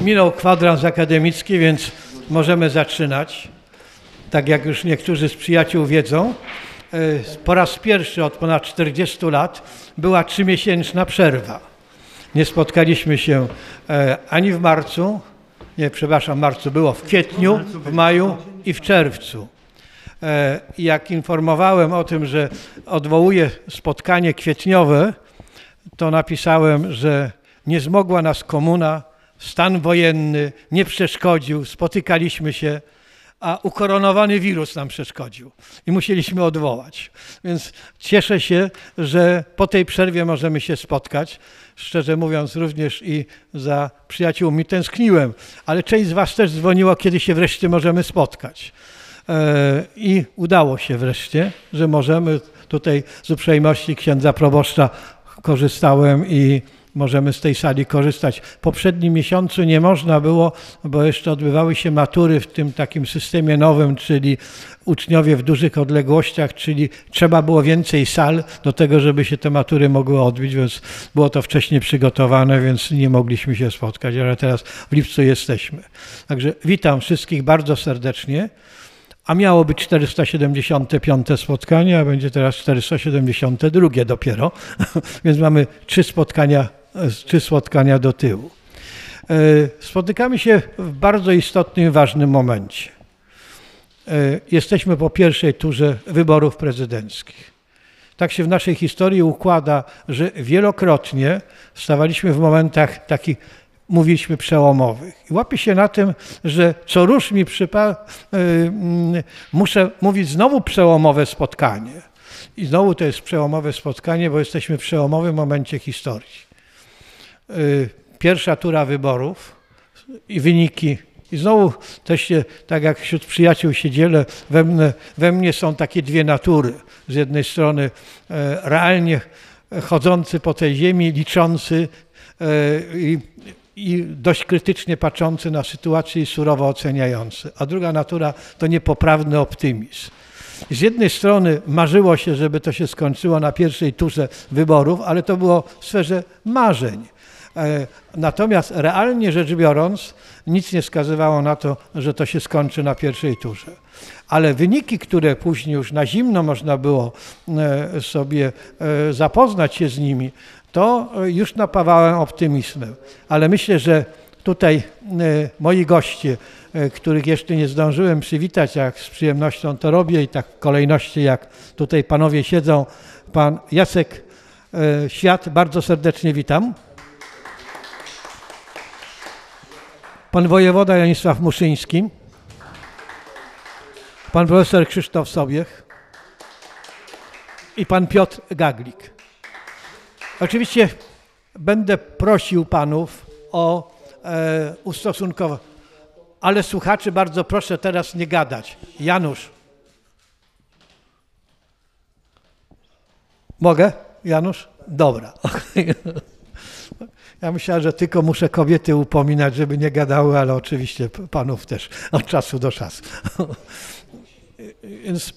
Minął kwadrans akademicki, więc możemy zaczynać. Tak jak już niektórzy z przyjaciół wiedzą, po raz pierwszy od ponad 40 lat była 3-miesięczna przerwa. Nie spotkaliśmy się ani w marcu, marcu było w kwietniu, w maju i w czerwcu. Jak informowałem o tym, że odwołuję spotkanie kwietniowe, to napisałem, że nie zmogła nas komuna, stan wojenny nie przeszkodził, spotykaliśmy się, a ukoronowany wirus nam przeszkodził i musieliśmy odwołać. Więc cieszę się, że po tej przerwie możemy się spotkać. Szczerze mówiąc, również i za przyjaciółmi tęskniłem, ale część z was też dzwoniła, kiedy się wreszcie możemy spotkać. I udało się wreszcie, że możemy. Tutaj z uprzejmości księdza proboszcza korzystałem i możemy z tej sali korzystać. W poprzednim miesiącu nie można było, bo jeszcze odbywały się matury w tym takim systemie nowym, czyli uczniowie w dużych odległościach, czyli trzeba było więcej sal do tego, żeby się te matury mogły odbyć, więc było to wcześniej przygotowane, więc nie mogliśmy się spotkać, ale teraz w lipcu jesteśmy. Także witam wszystkich bardzo serdecznie. A miało być 475 spotkanie, a będzie teraz 472 dopiero, więc mamy 3 spotkania do tyłu. Spotykamy się w bardzo istotnym, ważnym momencie. Jesteśmy po pierwszej turze wyborów prezydenckich. Tak się w naszej historii układa, że wielokrotnie stawaliśmy w momentach takich, mówiliśmy, przełomowych. I łapię się na tym, że co rusz mi muszę mówić znowu przełomowe spotkanie. I znowu to jest przełomowe spotkanie, bo jesteśmy w przełomowym momencie historii. Pierwsza tura wyborów i wyniki. I znowu też się, tak jak wśród przyjaciół się dzielę, we mnie są takie dwie natury. Z jednej strony realnie chodzący po tej ziemi, liczący i dość krytycznie patrzący na sytuację i surowo oceniający. A druga natura to niepoprawny optymizm. Z jednej strony marzyło się, żeby to się skończyło na pierwszej turze wyborów, ale to było w sferze marzeń. Natomiast realnie rzecz biorąc, nic nie wskazywało na to, że to się skończy na pierwszej turze. Ale wyniki, które później już na zimno można było sobie zapoznać się z nimi, to już napawałem optymizmem. Ale myślę, że tutaj moi goście, których jeszcze nie zdążyłem przywitać, jak z przyjemnością to robię i tak w kolejności, jak tutaj panowie siedzą, pan Jacek Świat, bardzo serdecznie witam. Pan wojewoda Janisław Muszyński, pan profesor Krzysztof Sobiech i pan Piotr Gaglik. Oczywiście będę prosił panów o ustosunkowanie, ale słuchaczy bardzo proszę teraz nie gadać. Janusz. Mogę? Janusz? Dobra. Ja myślałem, że tylko muszę kobiety upominać, żeby nie gadały, ale oczywiście panów też od czasu do czasu. Więc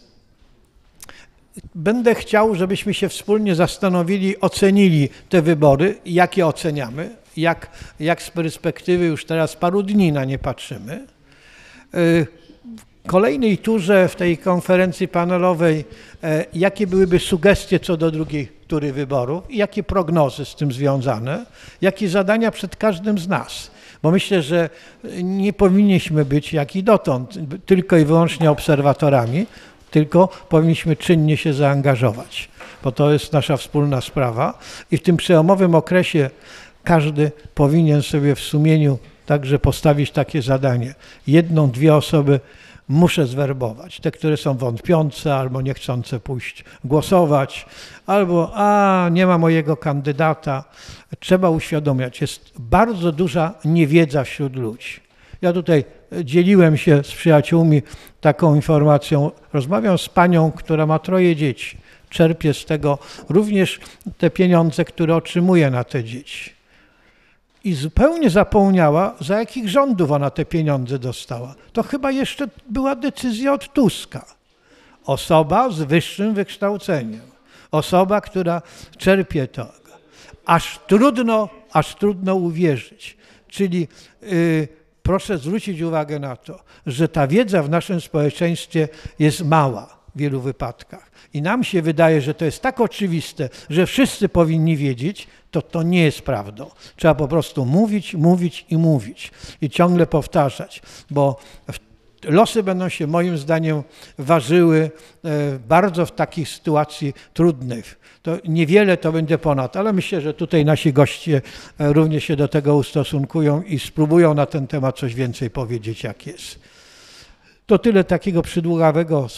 będę chciał, żebyśmy się wspólnie zastanowili, ocenili te wybory, jak je oceniamy, jak z perspektywy już teraz paru dni na nie patrzymy. W kolejnej turze, w tej konferencji panelowej, jakie byłyby sugestie co do drugiej tury wyborów i jakie prognozy z tym związane, jakie zadania przed każdym z nas. Bo myślę, że nie powinniśmy być jak i dotąd tylko i wyłącznie obserwatorami, tylko powinniśmy czynnie się zaangażować, bo to jest nasza wspólna sprawa i w tym przełomowym okresie każdy powinien sobie w sumieniu także postawić takie zadanie. 1-2 osoby muszę zwerbować. Te, które są wątpiące albo nie chcące pójść głosować, albo nie ma mojego kandydata. Trzeba uświadomiać, jest bardzo duża niewiedza wśród ludzi. Ja tutaj dzieliłem się z przyjaciółmi taką informacją. Rozmawiam z panią, która ma 3 dzieci. Czerpie z tego również te pieniądze, które otrzymuje na te dzieci. I zupełnie zapomniała, za jakich rządów ona te pieniądze dostała. To chyba jeszcze była decyzja od Tuska. Osoba z wyższym wykształceniem. Osoba, która czerpie to. Aż trudno uwierzyć. Czyli proszę zwrócić uwagę na to, że ta wiedza w naszym społeczeństwie jest mała w wielu wypadkach. I nam się wydaje, że to jest tak oczywiste, że wszyscy powinni wiedzieć, to nie jest prawdą. Trzeba po prostu mówić, mówić i mówić. I ciągle powtarzać, bo losy będą się moim zdaniem ważyły bardzo w takich sytuacji trudnych. To niewiele to będzie ponad, ale myślę, że tutaj nasi goście również się do tego ustosunkują i spróbują na ten temat coś więcej powiedzieć, jak jest. To tyle takiego przydługawego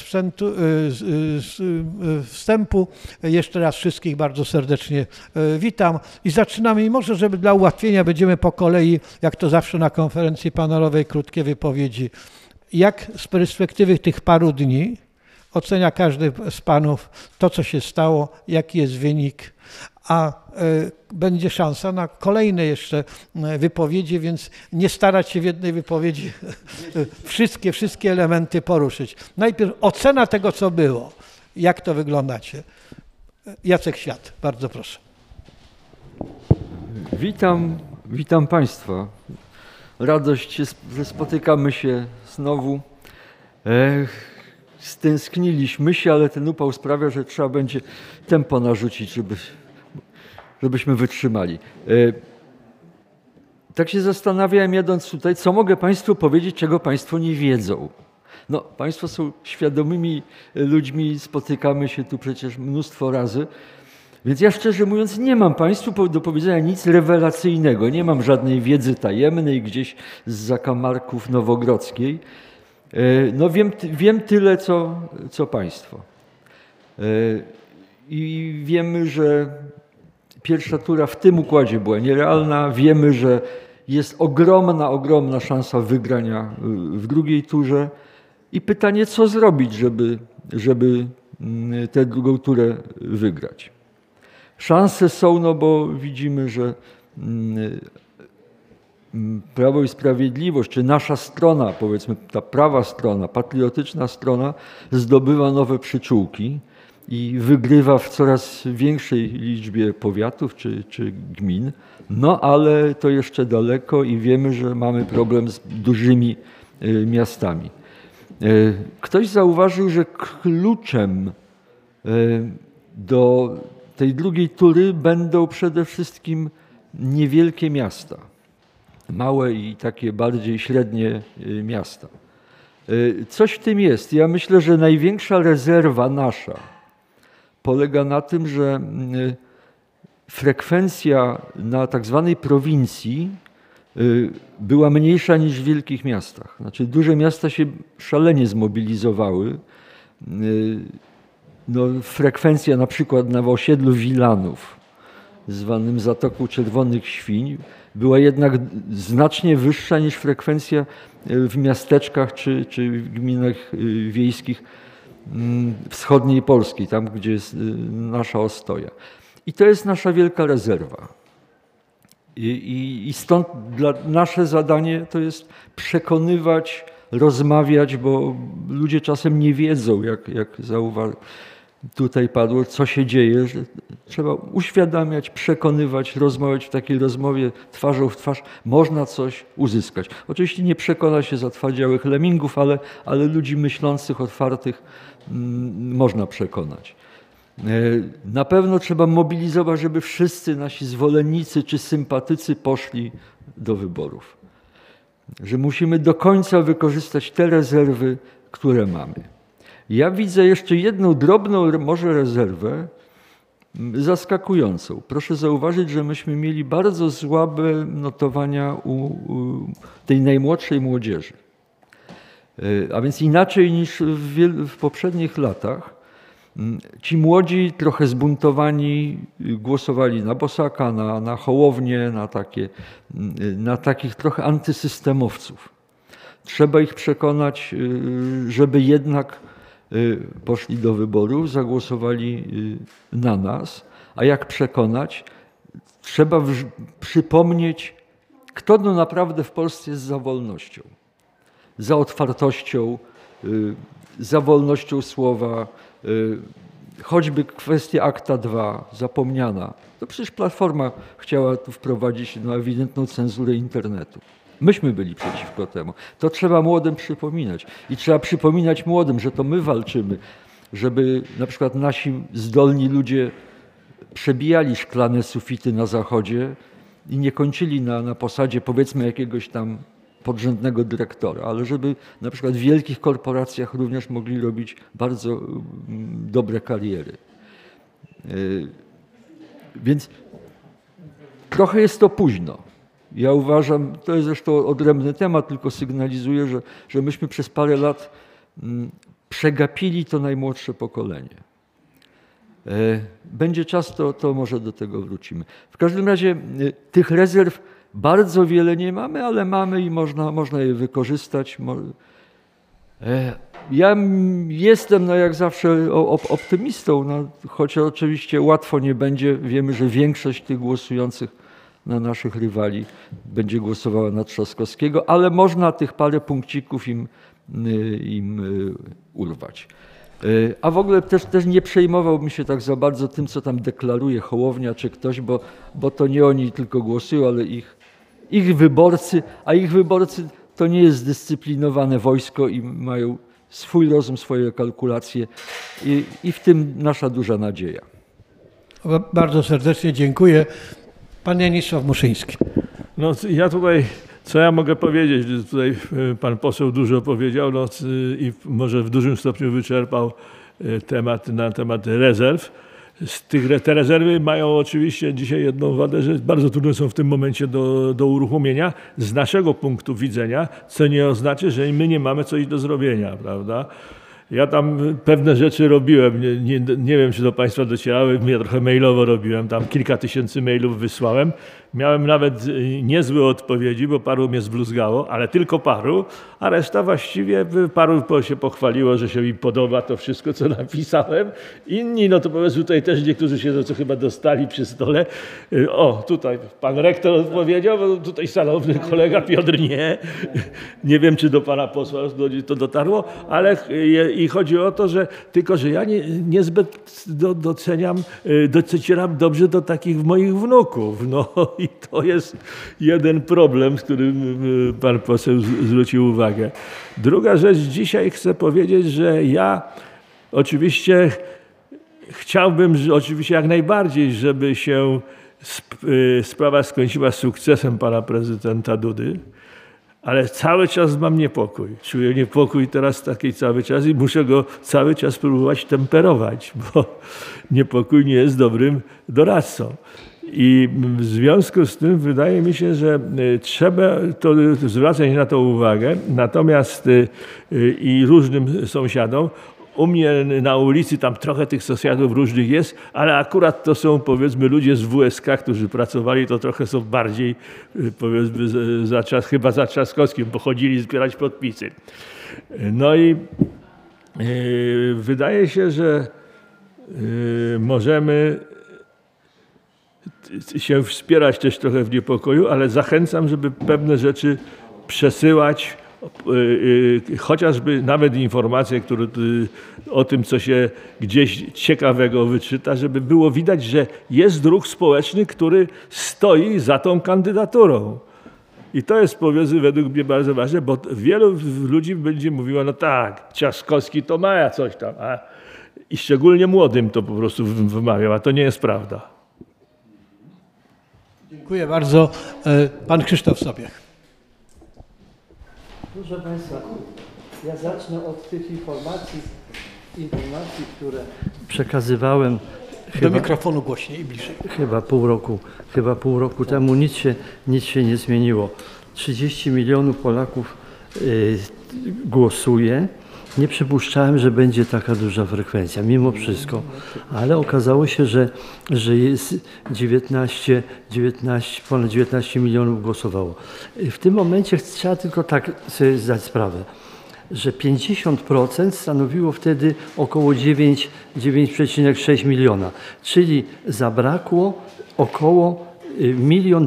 wstępu. Jeszcze raz wszystkich bardzo serdecznie witam i zaczynamy. I może, żeby dla ułatwienia będziemy po kolei, jak to zawsze na konferencji panelowej, krótkie wypowiedzi. Jak z perspektywy tych paru dni ocenia każdy z panów to, co się stało, jaki jest wynik, a będzie szansa na kolejne jeszcze wypowiedzi, więc nie starać się w jednej wypowiedzi wszystkie elementy poruszyć. Najpierw ocena tego, co było. Jak to wyglądacie? Jacek Świat, bardzo proszę. Witam Państwa. Radość, że spotykamy się znowu. Stęskniliśmy się, ale ten upał sprawia, że trzeba będzie tempo narzucić, żebyśmy wytrzymali. Tak się zastanawiałem, jadąc tutaj, co mogę Państwu powiedzieć, czego Państwo nie wiedzą. No, Państwo są świadomymi ludźmi, spotykamy się tu przecież mnóstwo razy, więc ja szczerze mówiąc nie mam Państwu do powiedzenia nic rewelacyjnego, nie mam żadnej wiedzy tajemnej gdzieś z zakamarków Nowogrodzkiej. No wiem tyle, co Państwo. I wiemy, że pierwsza tura w tym układzie była nierealna. Wiemy, że jest ogromna szansa wygrania w drugiej turze. I pytanie, co zrobić, żeby tę drugą turę wygrać. Szanse są, no bo widzimy, że Prawo i Sprawiedliwość, czy nasza strona, powiedzmy ta prawa strona, patriotyczna strona, zdobywa nowe przyczółki i wygrywa w coraz większej liczbie powiatów czy gmin. No ale to jeszcze daleko i wiemy, że mamy problem z dużymi miastami. Ktoś zauważył, że kluczem do tej drugiej tury będą przede wszystkim niewielkie miasta. Małe i takie bardziej średnie miasta. Coś w tym jest. Ja myślę, że największa rezerwa nasza polega na tym, że frekwencja na tak zwanej prowincji była mniejsza niż w wielkich miastach. Znaczy duże miasta się szalenie zmobilizowały. No, frekwencja na przykład na osiedlu Wilanów, zwanym Zatoką Czerwonych Świń, była jednak znacznie wyższa niż frekwencja w miasteczkach czy w gminach wiejskich wschodniej Polski, tam gdzie jest nasza ostoja. I to jest nasza wielka rezerwa. I stąd nasze zadanie to jest przekonywać, rozmawiać, bo ludzie czasem nie wiedzą, jak tutaj padło, co się dzieje, że trzeba uświadamiać, przekonywać, rozmawiać w takiej rozmowie twarzą w twarz. Można coś uzyskać. Oczywiście nie przekona się zatwardziałych lemmingów, ale ludzi myślących, otwartych można przekonać. Na pewno trzeba mobilizować, żeby wszyscy nasi zwolennicy czy sympatycy poszli do wyborów. Że musimy do końca wykorzystać te rezerwy, które mamy. Ja widzę jeszcze jedną drobną może rezerwę zaskakującą. Proszę zauważyć, że myśmy mieli bardzo słabe notowania u tej najmłodszej młodzieży. A więc inaczej niż w poprzednich latach. Ci młodzi, trochę zbuntowani, głosowali na Bosaka, na Hołownię, na takich trochę antysystemowców. Trzeba ich przekonać, żeby jednak poszli do wyborów, zagłosowali na nas. A jak przekonać? Trzeba przypomnieć, kto no naprawdę w Polsce jest za wolnością, za otwartością, za wolnością słowa, choćby kwestia Akta 2, zapomniana. To przecież Platforma chciała tu wprowadzić ewidentną cenzurę internetu. Myśmy byli przeciwko temu. To trzeba młodym przypominać. I trzeba przypominać młodym, że to my walczymy, żeby na przykład nasi zdolni ludzie przebijali szklane sufity na Zachodzie i nie kończyli na posadzie powiedzmy jakiegoś tam podrzędnego dyrektora, ale żeby na przykład w wielkich korporacjach również mogli robić bardzo dobre kariery. Więc trochę jest to późno. Ja uważam, to jest zresztą odrębny temat, tylko sygnalizuję, że myśmy przez parę lat przegapili to najmłodsze pokolenie. Będzie czas, to może do tego wrócimy. W każdym razie tych rezerw bardzo wiele nie mamy, ale mamy i można je wykorzystać. Ja jestem jak zawsze optymistą, choć oczywiście łatwo nie będzie. Wiemy, że większość tych głosujących na naszych rywali będzie głosowała na Trzaskowskiego, ale można tych parę punkcików im urwać. A w ogóle też nie przejmowałbym się tak za bardzo tym, co tam deklaruje Hołownia czy ktoś, bo to nie oni tylko głosują, ale ich wyborcy, a ich wyborcy to nie jest zdyscyplinowane wojsko i mają swój rozum, swoje kalkulacje i w tym nasza duża nadzieja. Bardzo serdecznie dziękuję. Pan Janisław Muszyński. No, ja tutaj, co ja mogę powiedzieć? Tutaj pan poseł dużo powiedział i może w dużym stopniu wyczerpał na temat rezerw. Te rezerwy mają oczywiście dzisiaj jedną wadę, że bardzo trudne są w tym momencie do uruchomienia z naszego punktu widzenia, co nie oznacza, że my nie mamy coś do zrobienia, prawda? Ja tam pewne rzeczy robiłem, nie wiem, czy do Państwa docierały, ja trochę mailowo robiłem, tam kilka tysięcy mailów wysłałem. Miałem nawet niezłe odpowiedzi, bo paru mnie zbluzgało, ale tylko paru, a reszta właściwie paru się pochwaliło, że się im podoba to wszystko, co napisałem. Inni, no to powiedzmy tutaj też niektórzy siedzą, co chyba dostali przy stole. O, tutaj pan rektor odpowiedział, bo tutaj szanowny kolega Piotr nie. Nie wiem, czy do pana posła to dotarło, ale i chodzi o to, że tylko, że ja niezbyt docieram dobrze do takich moich wnuków. No i to jest jeden problem, z którym pan poseł zwrócił uwagę. Druga rzecz, dzisiaj chcę powiedzieć, że ja oczywiście chciałbym, oczywiście jak najbardziej, żeby się sprawa skończyła sukcesem pana prezydenta Dudy, ale cały czas mam niepokój. Czuję niepokój teraz taki cały czas i muszę go cały czas próbować temperować, bo niepokój nie jest dobrym doradcą. I w związku z tym wydaje mi się, że trzeba to zwracać na to uwagę, natomiast i różnym sąsiadom. U mnie na ulicy tam trochę tych sąsiadów różnych jest, ale akurat to są powiedzmy ludzie z WSK, którzy pracowali, to trochę są bardziej powiedzmy chyba za Trzaskowskim, bo chodzili zbierać podpisy. No i wydaje się, że możemy się wspierać też trochę w niepokoju, ale zachęcam, żeby pewne rzeczy przesyłać, chociażby nawet informacje, które o tym, co się gdzieś ciekawego wyczyta, żeby było widać, że jest ruch społeczny, który stoi za tą kandydaturą. I to jest powiedzmy według mnie bardzo ważne, bo wielu ludzi będzie mówiło, no tak, Trzaskowski to ma coś tam, i szczególnie młodym to po prostu wymawiał, a to nie jest prawda. Dziękuję bardzo. Pan Krzysztof Sobiech. Proszę Państwa, ja zacznę od tych informacji, które przekazywałem. Do mikrofonu głośniej i bliżej. Chyba pół roku temu nic się nie zmieniło. 30 milionów Polaków głosuje. Nie przypuszczałem, że będzie taka duża frekwencja, mimo wszystko, ale okazało się, że jest ponad 19 milionów głosowało. W tym momencie trzeba tylko tak sobie zdać sprawę, że 50% stanowiło wtedy około 9,6 miliona, czyli zabrakło około 1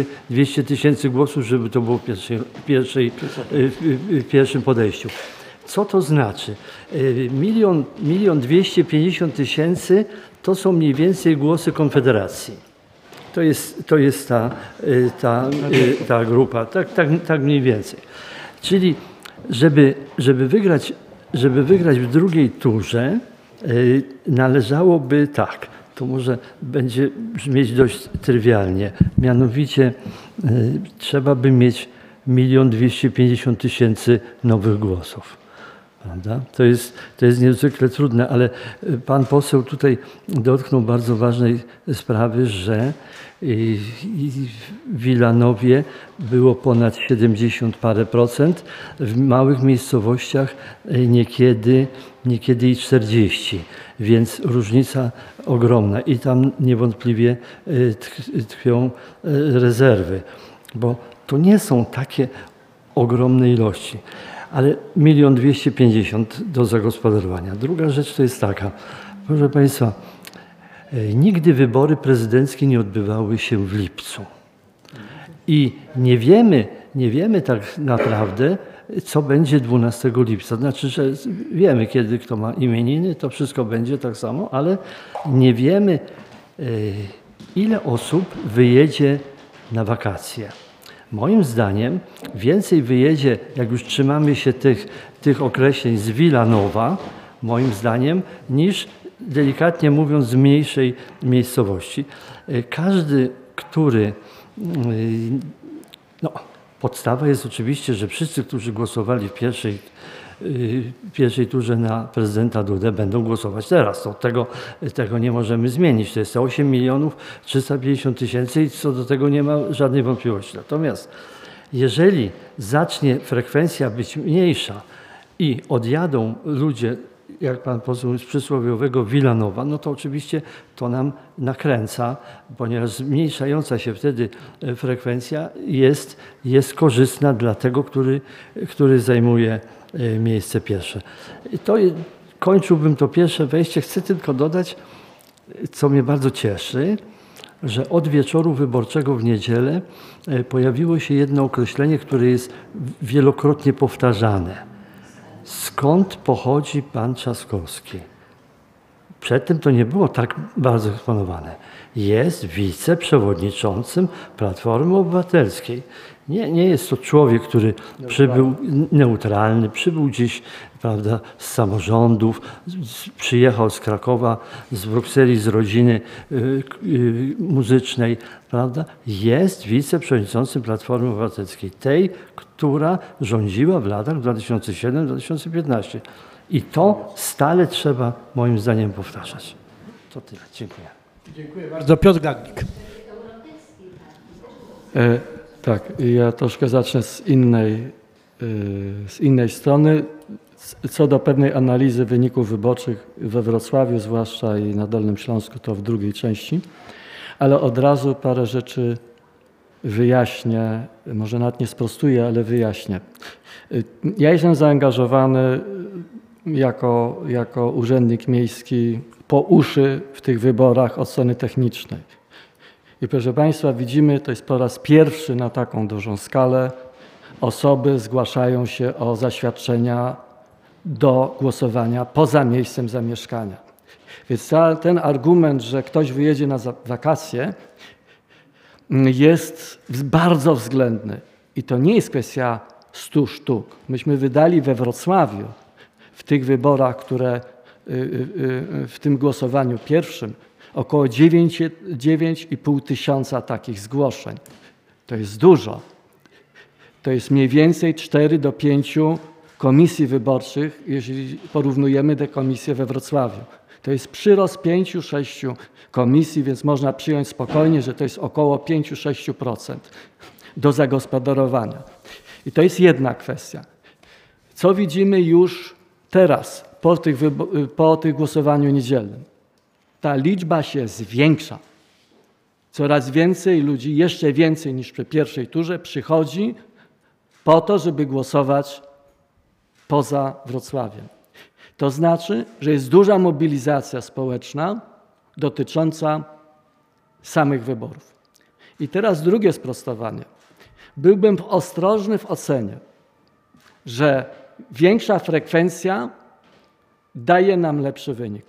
200 000 głosów, żeby to było w pierwszym podejściu. Co to znaczy? 1 250 000 to są mniej więcej głosy Konfederacji. To jest ta grupa, tak mniej więcej. Czyli żeby wygrać w drugiej turze, należałoby tak, to może będzie brzmieć dość trywialnie, mianowicie trzeba by mieć 1 250 000 nowych głosów. Prawda? To jest niezwykle trudne, ale pan poseł tutaj dotknął bardzo ważnej sprawy, że w Wilanowie było ponad 70 parę procent, w małych miejscowościach niekiedy i 40, więc różnica ogromna i tam niewątpliwie tkwią rezerwy, bo to nie są takie ogromne ilości. Ale 1 250 000 do zagospodarowania. Druga rzecz to jest taka, proszę Państwa, nigdy wybory prezydenckie nie odbywały się w lipcu. I nie wiemy tak naprawdę, co będzie 12 lipca. Znaczy, że wiemy, kiedy kto ma imieniny, to wszystko będzie tak samo, ale nie wiemy, ile osób wyjedzie na wakacje. Moim zdaniem więcej wyjedzie, jak już trzymamy się tych określeń, z Wilanowa, moim zdaniem, niż delikatnie mówiąc z mniejszej miejscowości. Każdy, który... podstawa jest oczywiście, że wszyscy, którzy głosowali w pierwszej turze na prezydenta Dudę, będą głosować teraz. Tego nie możemy zmienić. To jest 8 350 000 i co do tego nie ma żadnej wątpliwości. Natomiast jeżeli zacznie frekwencja być mniejsza i odjadą ludzie, jak pan poseł z przysłowiowego Wilanowa, no to oczywiście to nam nakręca, ponieważ zmniejszająca się wtedy frekwencja jest korzystna dla tego, który zajmuje miejsce pierwsze. Kończyłbym to pierwsze wejście. Chcę tylko dodać, co mnie bardzo cieszy, że od wieczoru wyborczego w niedzielę pojawiło się jedno określenie, które jest wielokrotnie powtarzane. Skąd pochodzi pan Trzaskowski? Przedtem to nie było tak bardzo eksponowane. Jest wiceprzewodniczącym Platformy Obywatelskiej. Nie jest to człowiek, który przybył neutralny, przybył gdzieś, prawda, z samorządów, przyjechał z Krakowa, z Brukseli, z rodziny muzycznej, prawda? Jest wiceprzewodniczącym Platformy Obywatelskiej, tej, która rządziła w latach 2007-2015. I to stale trzeba, moim zdaniem, powtarzać. To tyle. Dziękuję. Dziękuję bardzo. Piotr Gagnik. Tak, ja troszkę zacznę z innej strony. Co do pewnej analizy wyników wyborczych we Wrocławiu, zwłaszcza i na Dolnym Śląsku, to w drugiej części, ale od razu parę rzeczy wyjaśnię, może nawet nie sprostuję, ale wyjaśnię. Ja jestem zaangażowany jako urzędnik miejski po uszy w tych wyborach od strony technicznej. I proszę Państwa, widzimy, to jest po raz pierwszy na taką dużą skalę, osoby zgłaszają się o zaświadczenia do głosowania poza miejscem zamieszkania. Więc ten argument, że ktoś wyjedzie na wakacje, jest bardzo względny. I to nie jest kwestia 100 sztuk. Myśmy wydali we Wrocławiu w tych wyborach, które w tym głosowaniu pierwszym, około 9,5 tysiąca takich zgłoszeń. To jest dużo. To jest mniej więcej 4 do 5 komisji wyborczych, jeżeli porównujemy te komisje we Wrocławiu. To jest przyrost 5-6 komisji, więc można przyjąć spokojnie, że to jest około 5-6% do zagospodarowania. I to jest jedna kwestia. Co widzimy już teraz, po tym głosowaniu niedzielnym? Ta liczba się zwiększa. Coraz więcej ludzi, jeszcze więcej niż przy pierwszej turze, przychodzi po to, żeby głosować poza Wrocławiem. To znaczy, że jest duża mobilizacja społeczna dotycząca samych wyborów. I teraz drugie sprostowanie. Byłbym ostrożny w ocenie, że większa frekwencja daje nam lepszy wynik.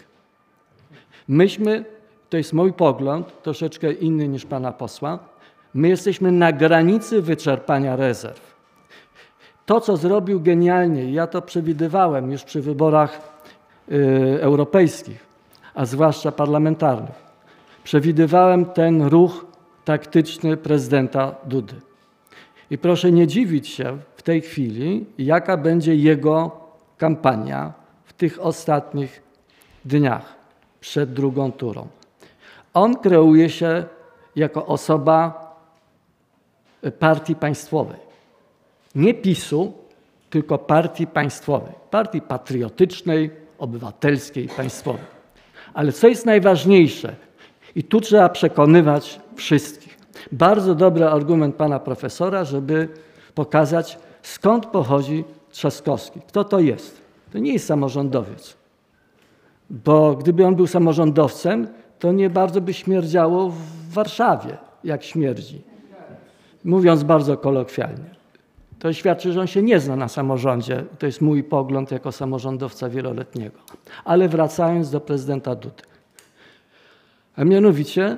Myśmy, to jest mój pogląd, troszeczkę inny niż pana posła, my jesteśmy na granicy wyczerpania rezerw. To, co zrobił genialnie, ja to przewidywałem już przy wyborach europejskich, a zwłaszcza parlamentarnych. Przewidywałem ten ruch taktyczny prezydenta Dudy. I proszę nie dziwić się w tej chwili, jaka będzie jego kampania w tych ostatnich dniach przed drugą turą. On kreuje się jako osoba partii państwowej. Nie PiS-u, tylko partii państwowej. Partii patriotycznej, obywatelskiej, państwowej. Ale co jest najważniejsze, i tu trzeba przekonywać wszystkich. Bardzo dobry argument pana profesora, żeby pokazać, skąd pochodzi Trzaskowski. Kto to jest? To nie jest samorządowiec. Bo gdyby on był samorządowcem, to nie bardzo by śmierdziało w Warszawie, jak śmierdzi. Mówiąc bardzo kolokwialnie. To świadczy, że on się nie zna na samorządzie. To jest mój pogląd jako samorządowca wieloletniego. Ale wracając do prezydenta Dudy. A mianowicie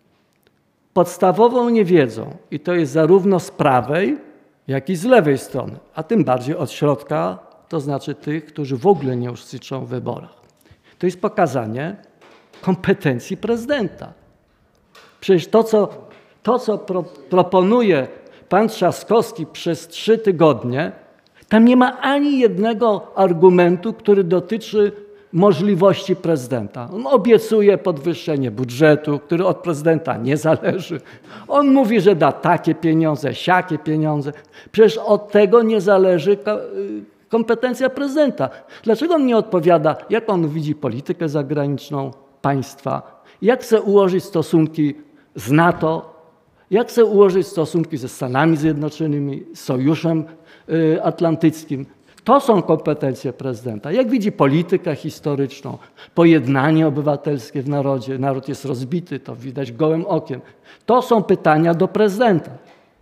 podstawową niewiedzą, i to jest zarówno z prawej, jak i z lewej strony, a tym bardziej od środka, to znaczy tych, którzy w ogóle nie uczestniczą w wyborach. To jest pokazanie kompetencji prezydenta. Przecież to, co proponuje pan Trzaskowski przez 3 tygodnie, tam nie ma ani jednego argumentu, który dotyczy możliwości prezydenta. On obiecuje podwyższenie budżetu, który od prezydenta nie zależy. On mówi, że da takie pieniądze, siakie pieniądze. Przecież od tego nie zależy kompetencja prezydenta. Dlaczego on nie odpowiada, jak on widzi politykę zagraniczną państwa, jak chce ułożyć stosunki z NATO, jak chce ułożyć stosunki ze Stanami Zjednoczonymi, z Sojuszem Atlantyckim. To są kompetencje prezydenta. Jak widzi politykę historyczną, pojednanie obywatelskie w narodzie, naród jest rozbity, to widać gołym okiem. To są pytania do prezydenta,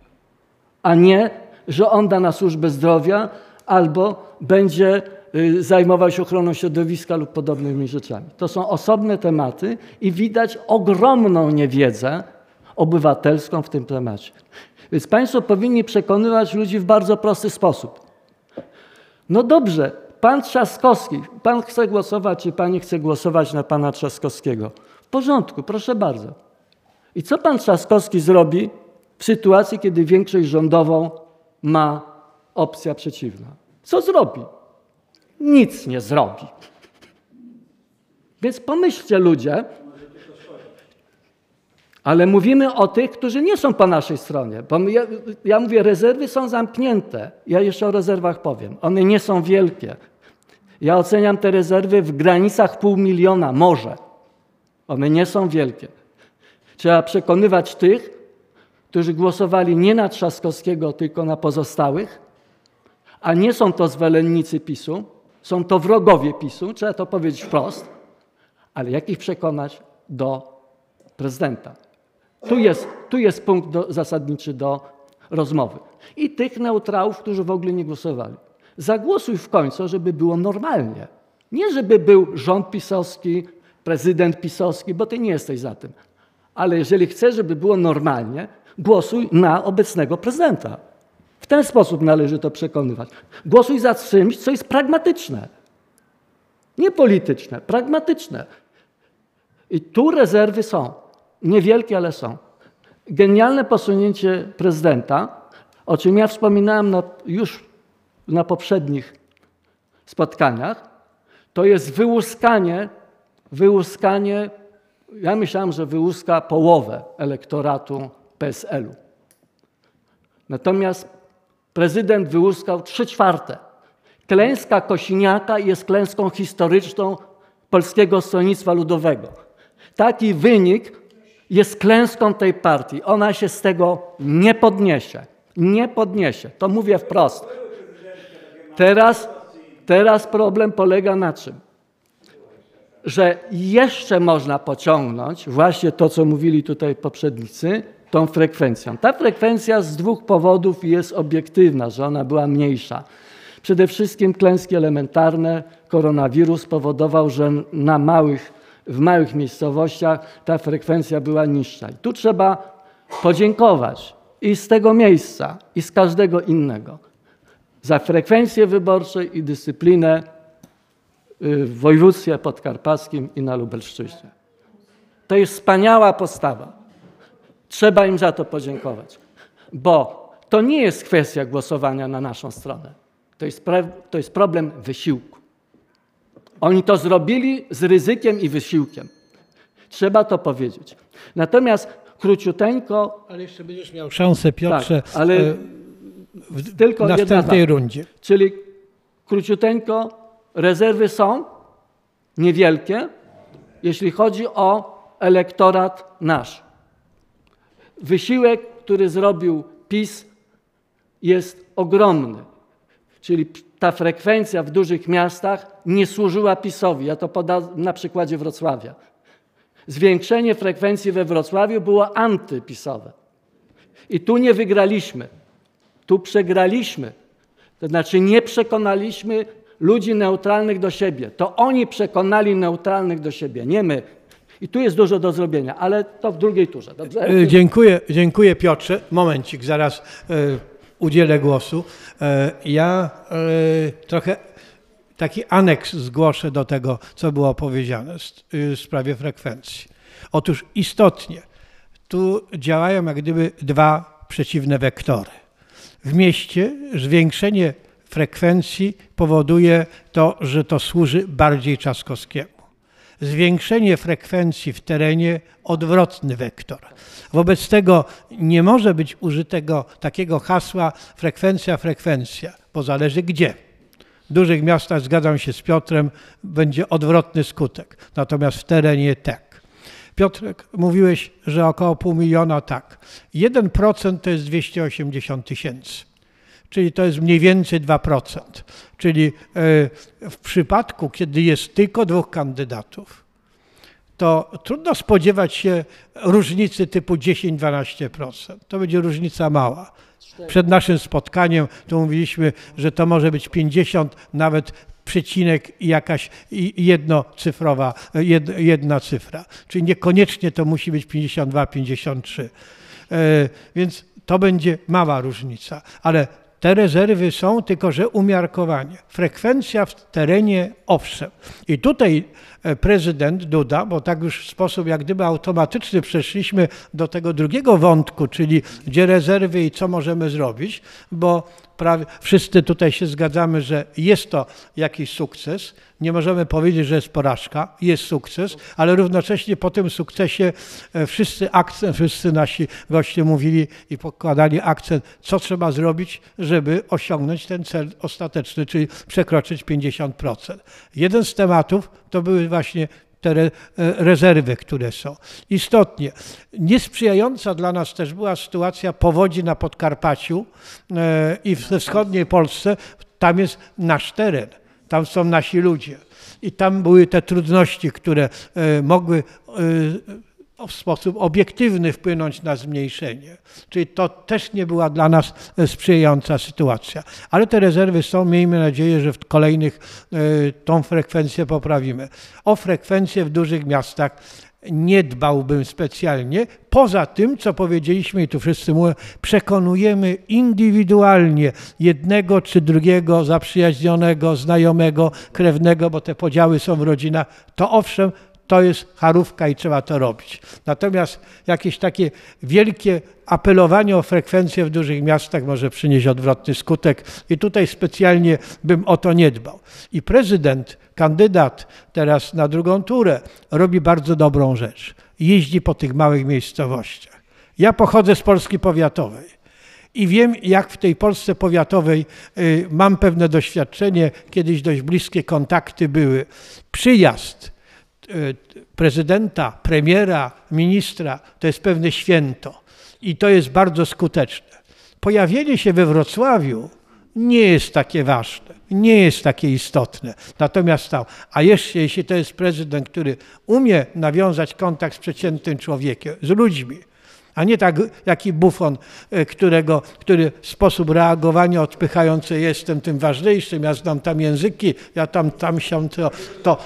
a nie, że on da na służbę zdrowia albo będzie zajmował się ochroną środowiska lub podobnymi rzeczami. To są osobne tematy i widać ogromną niewiedzę obywatelską w tym temacie. Więc państwo powinni przekonywać ludzi w bardzo prosty sposób. No dobrze, pan Trzaskowski, pan chce głosować, czy pani chce głosować na pana Trzaskowskiego? W porządku, proszę bardzo. I co pan Trzaskowski zrobi w sytuacji, kiedy większość rządową ma opcja przeciwna? Co zrobi? Nic nie zrobi. Więc pomyślcie ludzie, ale mówimy o tych, którzy nie są po naszej stronie. Bo ja mówię, rezerwy są zamknięte. Ja jeszcze o rezerwach powiem. One nie są wielkie. Ja oceniam te rezerwy w granicach 500 000, może. One nie są wielkie. Trzeba przekonywać tych, którzy głosowali nie na Trzaskowskiego, tylko na pozostałych, a nie są to zwolennicy PiS-u, są to wrogowie PiS-u, trzeba to powiedzieć wprost, ale jak ich przekonać do prezydenta? Tu jest punkt zasadniczy do rozmowy. I tych neutrałów, którzy w ogóle nie głosowali. Zagłosuj w końcu, żeby było normalnie. Nie żeby był rząd pisowski, prezydent pisowski, bo ty nie jesteś za tym. Ale jeżeli chcesz, żeby było normalnie, głosuj na obecnego prezydenta. W ten sposób należy to przekonywać. Głosuj za czymś, co jest pragmatyczne. Nie polityczne, pragmatyczne. I tu rezerwy są. Niewielkie, ale są. Genialne posunięcie prezydenta, o czym ja wspominałem już na poprzednich spotkaniach, to jest wyłuskanie, ja myślałem, że wyłuska połowę elektoratu PSL-u. Natomiast prezydent wyłuskał 3/4. Klęska Kosiniaka jest klęską historyczną Polskiego Stronnictwa Ludowego. Taki wynik jest klęską tej partii. Ona się z tego nie podniesie. Nie podniesie. To mówię wprost. Teraz problem polega na czym? Że jeszcze można pociągnąć właśnie to, co mówili tutaj poprzednicy, tą frekwencją. Ta frekwencja z 2 powodów jest obiektywna, że ona była mniejsza. Przede wszystkim klęski elementarne. Koronawirus powodował, że w małych miejscowościach ta frekwencja była niższa. I tu trzeba podziękować i z tego miejsca, i z każdego innego za frekwencje wyborcze i dyscyplinę w województwie podkarpackim i na Lubelszczyźnie. To jest wspaniała postawa. Trzeba im za to podziękować, bo to nie jest kwestia głosowania na naszą stronę. To jest problem wysiłku. Oni to zrobili z ryzykiem i wysiłkiem. Trzeba to powiedzieć. Natomiast króciuteńko... Ale jeszcze będziesz miał szansę, Piotrze, tak, ale tylko w następnej rundzie. Czyli króciuteńko, rezerwy są niewielkie, jeśli chodzi o elektorat nasz. Wysiłek, który zrobił PiS, jest ogromny. Czyli ta frekwencja w dużych miastach nie służyła PiS-owi. Ja to podam na przykładzie Wrocławia. Zwiększenie frekwencji we Wrocławiu było antypisowe. I tu nie wygraliśmy. Tu przegraliśmy. To znaczy nie przekonaliśmy ludzi neutralnych do siebie. To oni przekonali neutralnych do siebie, nie my. I tu jest dużo do zrobienia, ale to w drugiej turze. Dobrze? Dziękuję Piotrze. Momencik, zaraz udzielę głosu. Ja trochę taki aneks zgłoszę do tego, co było powiedziane w sprawie frekwencji. Otóż istotnie tu działają jak gdyby dwa przeciwne wektory. W mieście zwiększenie frekwencji powoduje to, że to służy bardziej Trzaskowskiemu. Zwiększenie frekwencji w terenie odwrotny wektor. Wobec tego nie może być użytego takiego hasła frekwencja, bo zależy gdzie. W dużych miastach, zgadzam się z Piotrem, będzie odwrotny skutek, natomiast w terenie tak. Piotrek, mówiłeś, że około 500 000, tak. 1% to jest 280 000. Czyli to jest mniej więcej 2%. Czyli w przypadku, kiedy jest tylko 2 kandydatów, to trudno spodziewać się różnicy typu 10-12%. To będzie różnica mała. Przed naszym spotkaniem to mówiliśmy, że to może być 50, nawet przecinek i jakaś jednocyfrowa, jedna cyfra. Czyli niekoniecznie to musi być 52, 53. Więc to będzie mała różnica. Ale te rezerwy są, tylko że umiarkowanie. Frekwencja w terenie owszem. I tutaj prezydent Duda, bo tak już w sposób jak gdyby automatyczny przeszliśmy do tego drugiego wątku, czyli gdzie rezerwy i co możemy zrobić, bo prawie wszyscy tutaj się zgadzamy, że jest to jakiś sukces. Nie możemy powiedzieć, że jest porażka, jest sukces, ale równocześnie po tym sukcesie wszyscy nasi goście mówili i pokładali akcent, co trzeba zrobić, żeby osiągnąć ten cel ostateczny, czyli przekroczyć 50%. Jeden z tematów to były właśnie te rezerwy, które są. Istotnie niesprzyjająca dla nas też była sytuacja powodzi na Podkarpaciu i we wschodniej Polsce. Tam jest nasz teren, tam są nasi ludzie i tam były te trudności, które mogły w sposób obiektywny wpłynąć na zmniejszenie. Czyli to też nie była dla nas sprzyjająca sytuacja. Ale te rezerwy są, miejmy nadzieję, że w kolejnych tą frekwencję poprawimy. O frekwencję w dużych miastach nie dbałbym specjalnie. Poza tym, co powiedzieliśmy i tu wszyscy mówią, przekonujemy indywidualnie jednego czy drugiego zaprzyjaźnionego, znajomego, krewnego, bo te podziały są w rodzinach, to owszem, to jest charówka i trzeba to robić. Natomiast jakieś takie wielkie apelowanie o frekwencję w dużych miastach może przynieść odwrotny skutek i tutaj specjalnie bym o to nie dbał. I prezydent, kandydat teraz na drugą turę robi bardzo dobrą rzecz. Jeździ po tych małych miejscowościach. Ja pochodzę z Polski powiatowej i wiem, jak w tej Polsce powiatowej mam pewne doświadczenie, kiedyś dość bliskie kontakty były. Przyjazd prezydenta, premiera, ministra to jest pewne święto i to jest bardzo skuteczne. Pojawienie się we Wrocławiu nie jest takie ważne, nie jest takie istotne. Natomiast a jeszcze jeśli to jest prezydent, który umie nawiązać kontakt z przeciętnym człowiekiem, z ludźmi, a nie tak jaki bufon, który sposób reagowania odpychający jestem tym ważniejszym, ja znam tam języki, ja tam się to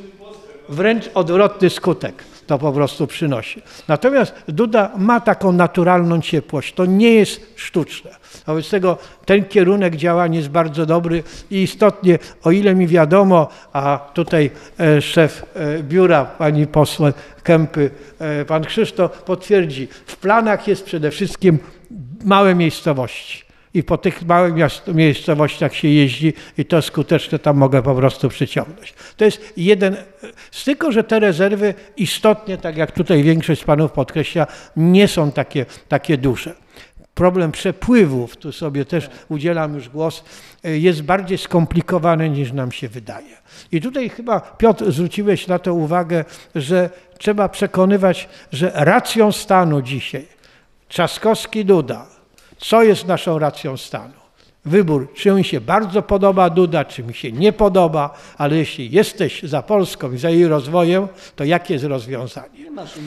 wręcz odwrotny skutek to po prostu przynosi. Natomiast Duda ma taką naturalną ciepłość, to nie jest sztuczne. Wobec tego ten kierunek działań jest bardzo dobry i istotnie, o ile mi wiadomo, a tutaj szef biura pani poseł Kępy, pan Krzysztof potwierdzi, w planach jest przede wszystkim małe miejscowości. I po tych małych miejscowościach się jeździ i to skutecznie tam mogę po prostu przyciągnąć. To jest jeden, tylko że te rezerwy istotnie, tak jak tutaj większość z panów podkreśla, nie są takie duże. Problem przepływów, tu sobie też udzielam już głos, jest bardziej skomplikowany niż nam się wydaje. I tutaj chyba, Piotr, zwróciłeś na to uwagę, że trzeba przekonywać, że racją stanu dzisiaj Trzaskowski, Duda, co jest naszą racją stanu? Wybór, czy mi się bardzo podoba Duda, czy mi się nie podoba, ale jeśli jesteś za Polską i za jej rozwojem, to jakie jest rozwiązanie?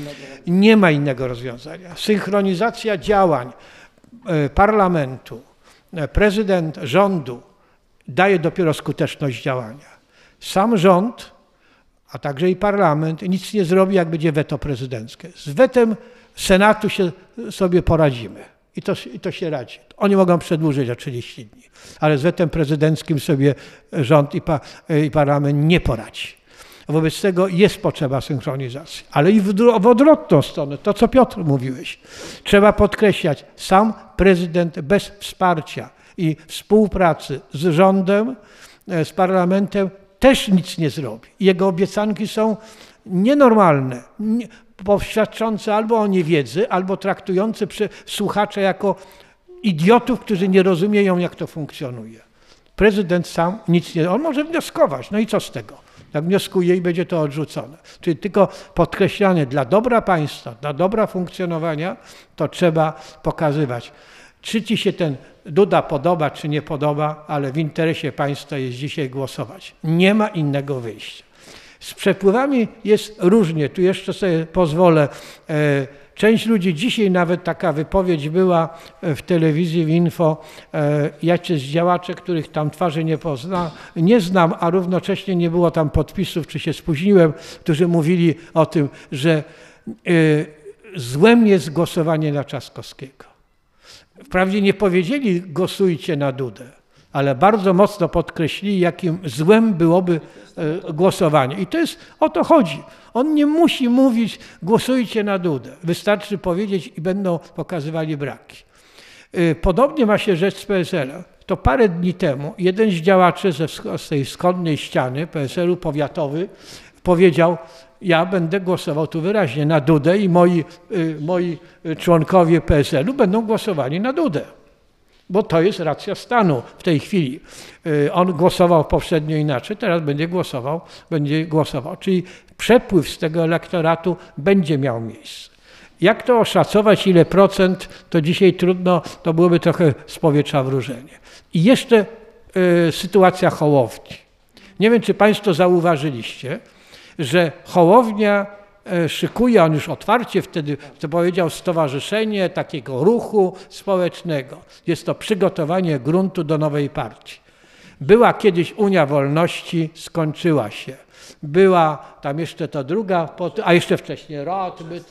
Nie ma innego rozwiązania. Synchronizacja działań parlamentu, prezydent, rządu daje dopiero skuteczność działania. Sam rząd, a także i parlament nic nie zrobi, jak będzie weto prezydenckie. Z wetem Senatu się sobie poradzimy. I to się radzi. Oni mogą przedłużyć o 30 dni, ale z wetem prezydenckim sobie rząd i parlament nie poradzi. Wobec tego jest potrzeba synchronizacji, ale i w odwrotną stronę, to co Piotr mówiłeś. Trzeba podkreślać, sam prezydent bez wsparcia i współpracy z rządem, z parlamentem też nic nie zrobi. Jego obiecanki są nienormalne, świadczące albo o niewiedzy, albo traktujące słuchacze jako idiotów, którzy nie rozumieją, jak to funkcjonuje. Prezydent sam nic nie... On może wnioskować, no i co z tego? Jak wnioskuje i będzie to odrzucone. Czyli tylko podkreślanie dla dobra państwa, dla dobra funkcjonowania, to trzeba pokazywać. Czy ci się ten Duda podoba, czy nie podoba, ale w interesie państwa jest dzisiaj głosować. Nie ma innego wyjścia. Z przepływami jest różnie. Tu jeszcze sobie pozwolę. Część ludzi, dzisiaj nawet taka wypowiedź była w telewizji, w info, jacyś działacze, których tam twarzy nie znam, a równocześnie nie było tam podpisów, czy się spóźniłem, którzy mówili o tym, że złem jest głosowanie na Trzaskowskiego. Wprawdzie nie powiedzieli głosujcie na Dudę, ale bardzo mocno podkreślili, jakim złem byłoby głosowanie. I to jest, o to chodzi. On nie musi mówić głosujcie na Dudę. Wystarczy powiedzieć i będą pokazywali braki. Podobnie ma się rzecz z PSL-em. To parę dni temu jeden z działaczy z tej wschodniej ściany PSL-u powiatowy powiedział, ja będę głosował tu wyraźnie na Dudę i moi członkowie PSL-u będą głosowali na Dudę. Bo to jest racja stanu w tej chwili. On głosował poprzednio inaczej, teraz będzie głosował. Czyli przepływ z tego elektoratu będzie miał miejsce. Jak to oszacować, ile procent, to dzisiaj trudno, to byłoby trochę z powietrza wróżenie. I jeszcze sytuacja Hołowni. Nie wiem, czy państwo zauważyliście, że Hołownia szykuje, on już otwarcie wtedy, co powiedział, stowarzyszenie takiego ruchu społecznego. Jest to przygotowanie gruntu do nowej partii. Była kiedyś Unia Wolności, skończyła się. Była tam jeszcze to druga, a jeszcze wcześniej Rotbyt,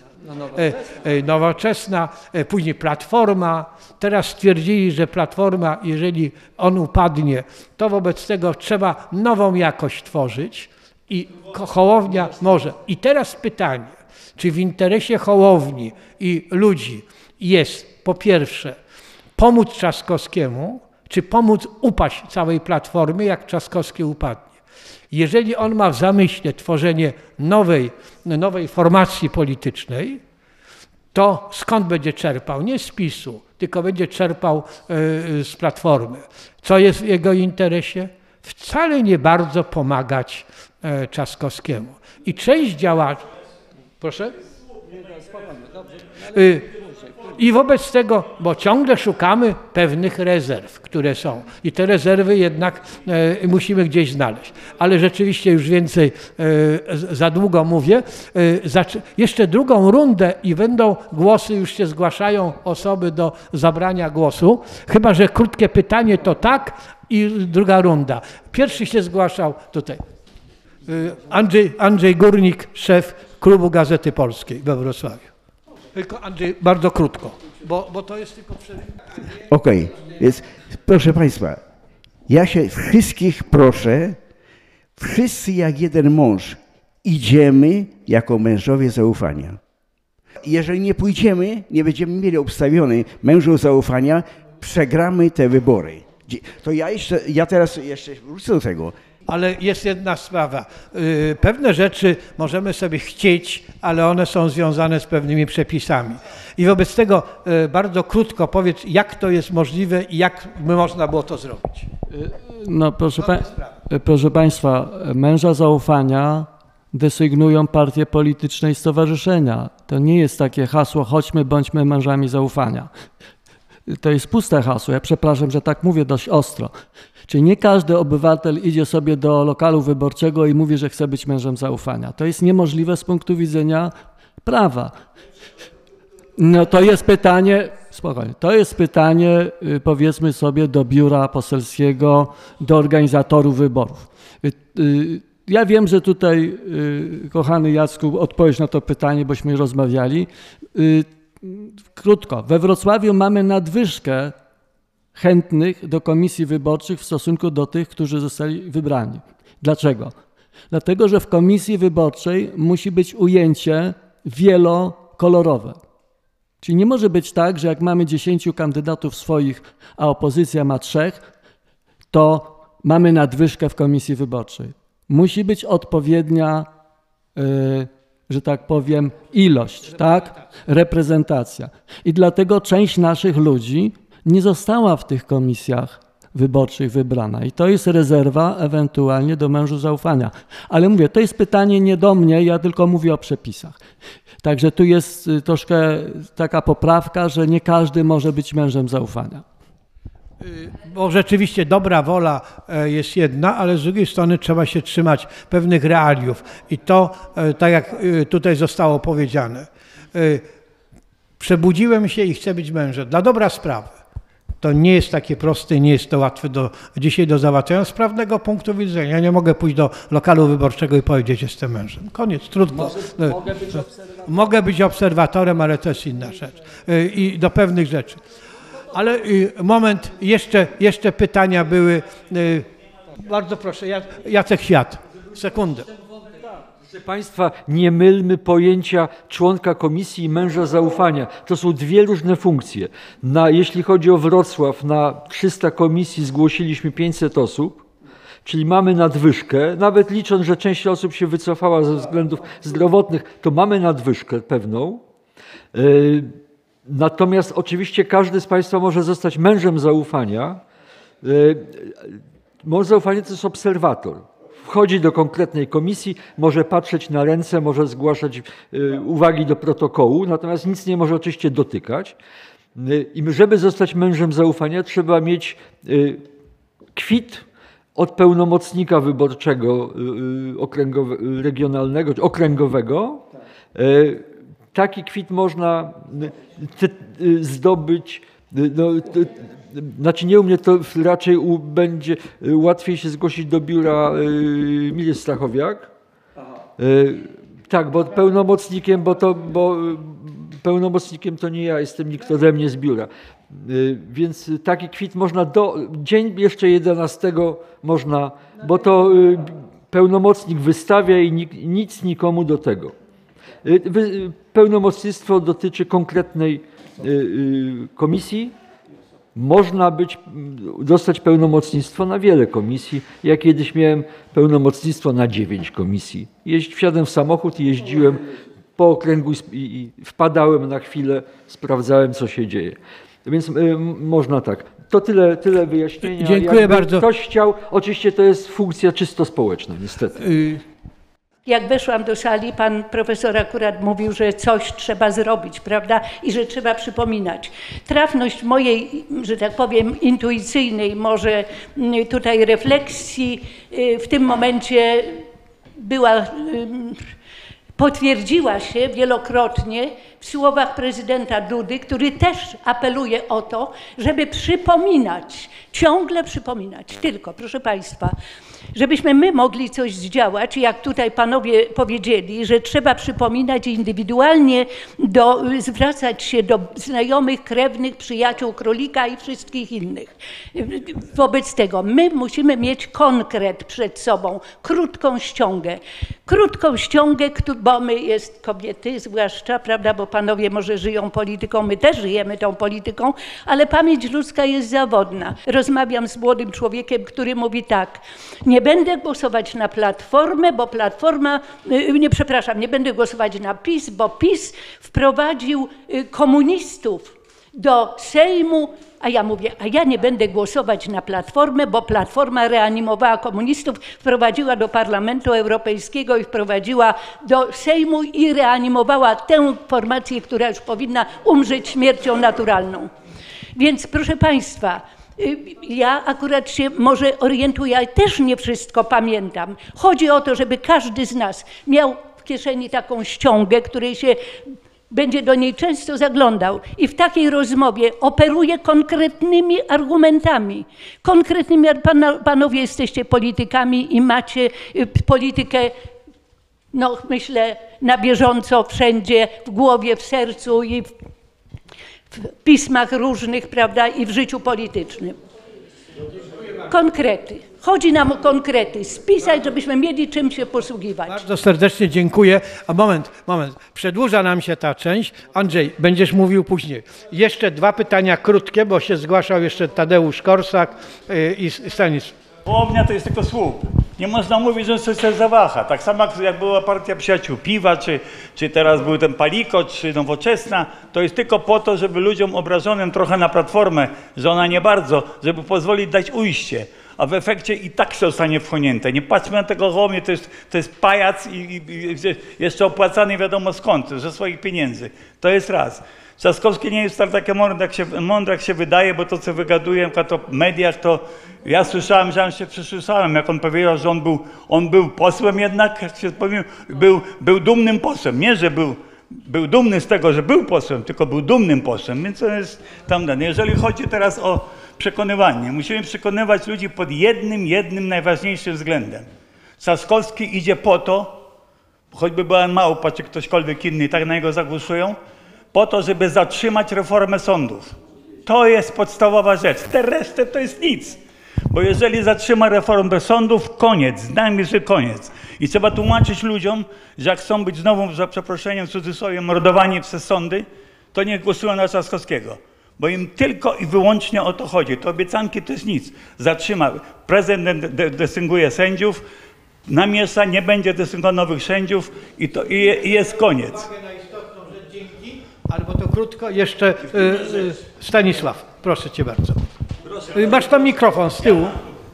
Nowoczesna, później Platforma. Teraz stwierdzili, że Platforma, jeżeli on upadnie, to wobec tego trzeba nową jakość tworzyć. I Hołownia może. I teraz pytanie, czy w interesie Hołowni i ludzi jest po pierwsze pomóc Trzaskowskiemu, czy pomóc upaść całej Platformie, jak Trzaskowski upadnie. Jeżeli on ma w zamyśle tworzenie nowej formacji politycznej, to skąd będzie czerpał? Nie z PiS-u, tylko będzie czerpał z Platformy. Co jest w jego interesie? Wcale nie bardzo pomagać Trzaskowskiemu. I część działaczy... Proszę? I wobec tego, bo ciągle szukamy pewnych rezerw, które są. I te rezerwy jednak musimy gdzieś znaleźć. Ale rzeczywiście już więcej za długo mówię. Jeszcze drugą rundę i będą głosy, już się zgłaszają osoby do zabrania głosu. Chyba że krótkie pytanie to tak i druga runda. Pierwszy się zgłaszał tutaj. Andrzej Górnik, szef Klubu Gazety Polskiej we Wrocławiu. Tylko Andrzej, bardzo krótko, bo to jest tylko Okej, więc proszę Państwa, ja się wszystkich proszę, wszyscy jak jeden mąż idziemy jako mężowie zaufania. Jeżeli nie pójdziemy, nie będziemy mieli obstawionych mężów zaufania, przegramy te wybory. To ja teraz jeszcze wrócę do tego. Ale jest jedna sprawa. Pewne rzeczy możemy sobie chcieć, ale one są związane z pewnymi przepisami. I wobec tego bardzo krótko powiedz, jak to jest możliwe i jak by można było to zrobić. No proszę Państwa, męża zaufania desygnują partie polityczne i stowarzyszenia. To nie jest takie hasło, chodźmy, bądźmy mężami zaufania. To jest puste hasło. Ja przepraszam, że tak mówię dość ostro. Czyli nie każdy obywatel idzie sobie do lokalu wyborczego i mówi, że chce być mężem zaufania. To jest niemożliwe z punktu widzenia prawa. No to jest pytanie, spokojnie, to jest pytanie, powiedzmy sobie, do biura poselskiego, do organizatorów wyborów. Ja wiem, że tutaj, kochany Jacku, odpowiedź na to pytanie, bośmy rozmawiali. Krótko, we Wrocławiu mamy nadwyżkę chętnych do komisji wyborczych w stosunku do tych, którzy zostali wybrani. Dlaczego? Dlatego, że w komisji wyborczej musi być ujęcie wielokolorowe. Czyli nie może być tak, że jak mamy 10 kandydatów swoich, a opozycja ma 3, to mamy nadwyżkę w komisji wyborczej. Musi być odpowiednia, że tak powiem, ilość, tak? Reprezentacja. I dlatego część naszych ludzi nie została w tych komisjach wyborczych wybrana. I to jest rezerwa ewentualnie do mężów zaufania. Ale mówię, to jest pytanie nie do mnie, ja tylko mówię o przepisach. Także tu jest troszkę taka poprawka, że nie każdy może być mężem zaufania. Bo rzeczywiście dobra wola jest jedna, ale z drugiej strony trzeba się trzymać pewnych realiów. I to, tak jak tutaj zostało powiedziane, przebudziłem się i chcę być mężem dla dobra sprawy. To nie jest takie proste, nie jest to łatwe dzisiaj do załatwienia z prawnego punktu widzenia. Ja nie mogę pójść do lokalu wyborczego i powiedzieć, jestem mężem. Koniec, trudno. Mogę być obserwatorem, ale to jest inna rzecz. I do pewnych rzeczy. Ale moment, jeszcze pytania były. Bardzo proszę, Jacek Świat. Sekundę. Proszę Państwa, nie mylmy pojęcia członka komisji i męża zaufania. To są dwie różne funkcje. Jeśli chodzi o Wrocław, na 300 komisji zgłosiliśmy 500 osób, czyli mamy nadwyżkę. Nawet licząc, że część osób się wycofała ze względów zdrowotnych, to mamy nadwyżkę pewną. Natomiast oczywiście każdy z Państwa może zostać mężem zaufania. Mąż zaufania to jest obserwator. Wchodzi do konkretnej komisji, może patrzeć na ręce, może zgłaszać uwagi do protokołu, natomiast nic nie może oczywiście dotykać. I żeby zostać mężem zaufania, trzeba mieć kwit od pełnomocnika wyborczego regionalnego, okręgowego. Taki kwit można zdobyć. Znaczy nie u mnie, to raczej będzie łatwiej się zgłosić do biura Miry Stachowiak. Tak, bo pełnomocnikiem, bo pełnomocnikiem to nie ja, jestem nikt ode mnie z biura. Więc taki kwit można dzień jeszcze 11 można, bo to pełnomocnik wystawia i nic nikomu do tego. Pełnomocnictwo dotyczy konkretnej komisji. Można dostać pełnomocnictwo na wiele komisji. Ja kiedyś miałem pełnomocnictwo na 9 komisji. Wsiadłem w samochód i jeździłem po okręgu i wpadałem na chwilę, sprawdzałem, co się dzieje. Więc można tak. To tyle wyjaśnienia. Dziękuję bardzo. Ktoś chciał, oczywiście to jest funkcja czysto społeczna, niestety. Jak weszłam do sali, pan profesor akurat mówił, że coś trzeba zrobić, prawda? I że trzeba przypominać. Trafność mojej, że tak powiem, intuicyjnej może tutaj refleksji w tym momencie była, potwierdziła się wielokrotnie w słowach prezydenta Dudy, który też apeluje o to, żeby przypominać, ciągle przypominać. Tylko, proszę Państwa, żebyśmy my mogli coś zdziałać, jak tutaj panowie powiedzieli, że trzeba przypominać indywidualnie, zwracać się do znajomych, krewnych, przyjaciół królika i wszystkich innych. Wobec tego my musimy mieć konkret przed sobą, krótką ściągę, bo my jest kobiety zwłaszcza, prawda, bo panowie może żyją polityką, my też żyjemy tą polityką, ale pamięć ludzka jest zawodna. Rozmawiam z młodym człowiekiem, który mówi tak: nie będę głosować na Platformę, bo Platforma, nie będę głosować na PiS, bo PiS wprowadził komunistów do Sejmu, a ja mówię, a ja nie będę głosować na Platformę, bo Platforma reanimowała komunistów, wprowadziła do Parlamentu Europejskiego i wprowadziła do Sejmu i reanimowała tę formację, która już powinna umrzeć śmiercią naturalną. Więc proszę Państwa, ja akurat się może orientuję, ale też nie wszystko pamiętam. Chodzi o to, żeby każdy z nas miał w kieszeni taką ściągę, której się będzie do niej często zaglądał i w takiej rozmowie operuje konkretnymi argumentami. Panowie jesteście politykami i macie politykę, no myślę, na bieżąco wszędzie, w głowie, w sercu i w pismach różnych, prawda, i w życiu politycznym. Konkrety. Chodzi nam o konkrety. Spisać, żebyśmy mieli czym się posługiwać. Bardzo serdecznie dziękuję. A moment. Przedłuża nam się ta część. Andrzej, będziesz mówił później. Jeszcze 2 pytania krótkie, bo się zgłaszał jeszcze Tadeusz Korsak i Stanisław. Hołownia to jest tylko słup. Nie można mówić, że coś zawaha. Tak samo jak była partia Przyjaciół Piwa, czy teraz był ten Palikot, czy Nowoczesna, to jest tylko po to, żeby ludziom obrażonym trochę na Platformę, że ona nie bardzo, żeby pozwolić dać ujście. A w efekcie i tak zostanie wchłonięte. Nie patrzmy na tego Hołownię, to jest pajac i jeszcze opłacany wiadomo skąd, ze swoich pieniędzy. To jest raz. Trzaskowski nie jest wcale takie mądry, jak się wydaje, bo to, co wygaduje to w mediach, to ja słyszałem, że się przysłyszałem, jak on powiedział, że on był posłem jednak, jak się powiem, był dumnym posłem. Nie, że był dumny z tego, że był posłem, tylko był dumnym posłem, więc to jest tam dane. Jeżeli chodzi teraz o przekonywanie, musimy przekonywać ludzi pod jednym najważniejszym względem. Trzaskowski idzie po to, choćby była małpa, czy ktośkolwiek inny, tak na niego zagłosują, po to, żeby zatrzymać reformę sądów. To jest podstawowa rzecz. Te resztę to jest nic. Bo jeżeli zatrzyma reformę sądów, koniec. Znajmy, że koniec. I trzeba tłumaczyć ludziom, że jak chcą być znowu, za przeproszeniem w cudzysłowie, mordowani przez sądy, to nie głosują na Trzaskowskiego. Bo im tylko i wyłącznie o to chodzi. To obiecanki to jest nic. Zatrzyma. Prezydent desygnuje sędziów, namiesza, nie będzie desygnował nowych sędziów i jest koniec. Albo to krótko, jeszcze Stanisław, proszę Cię bardzo. Masz tam mikrofon z tyłu.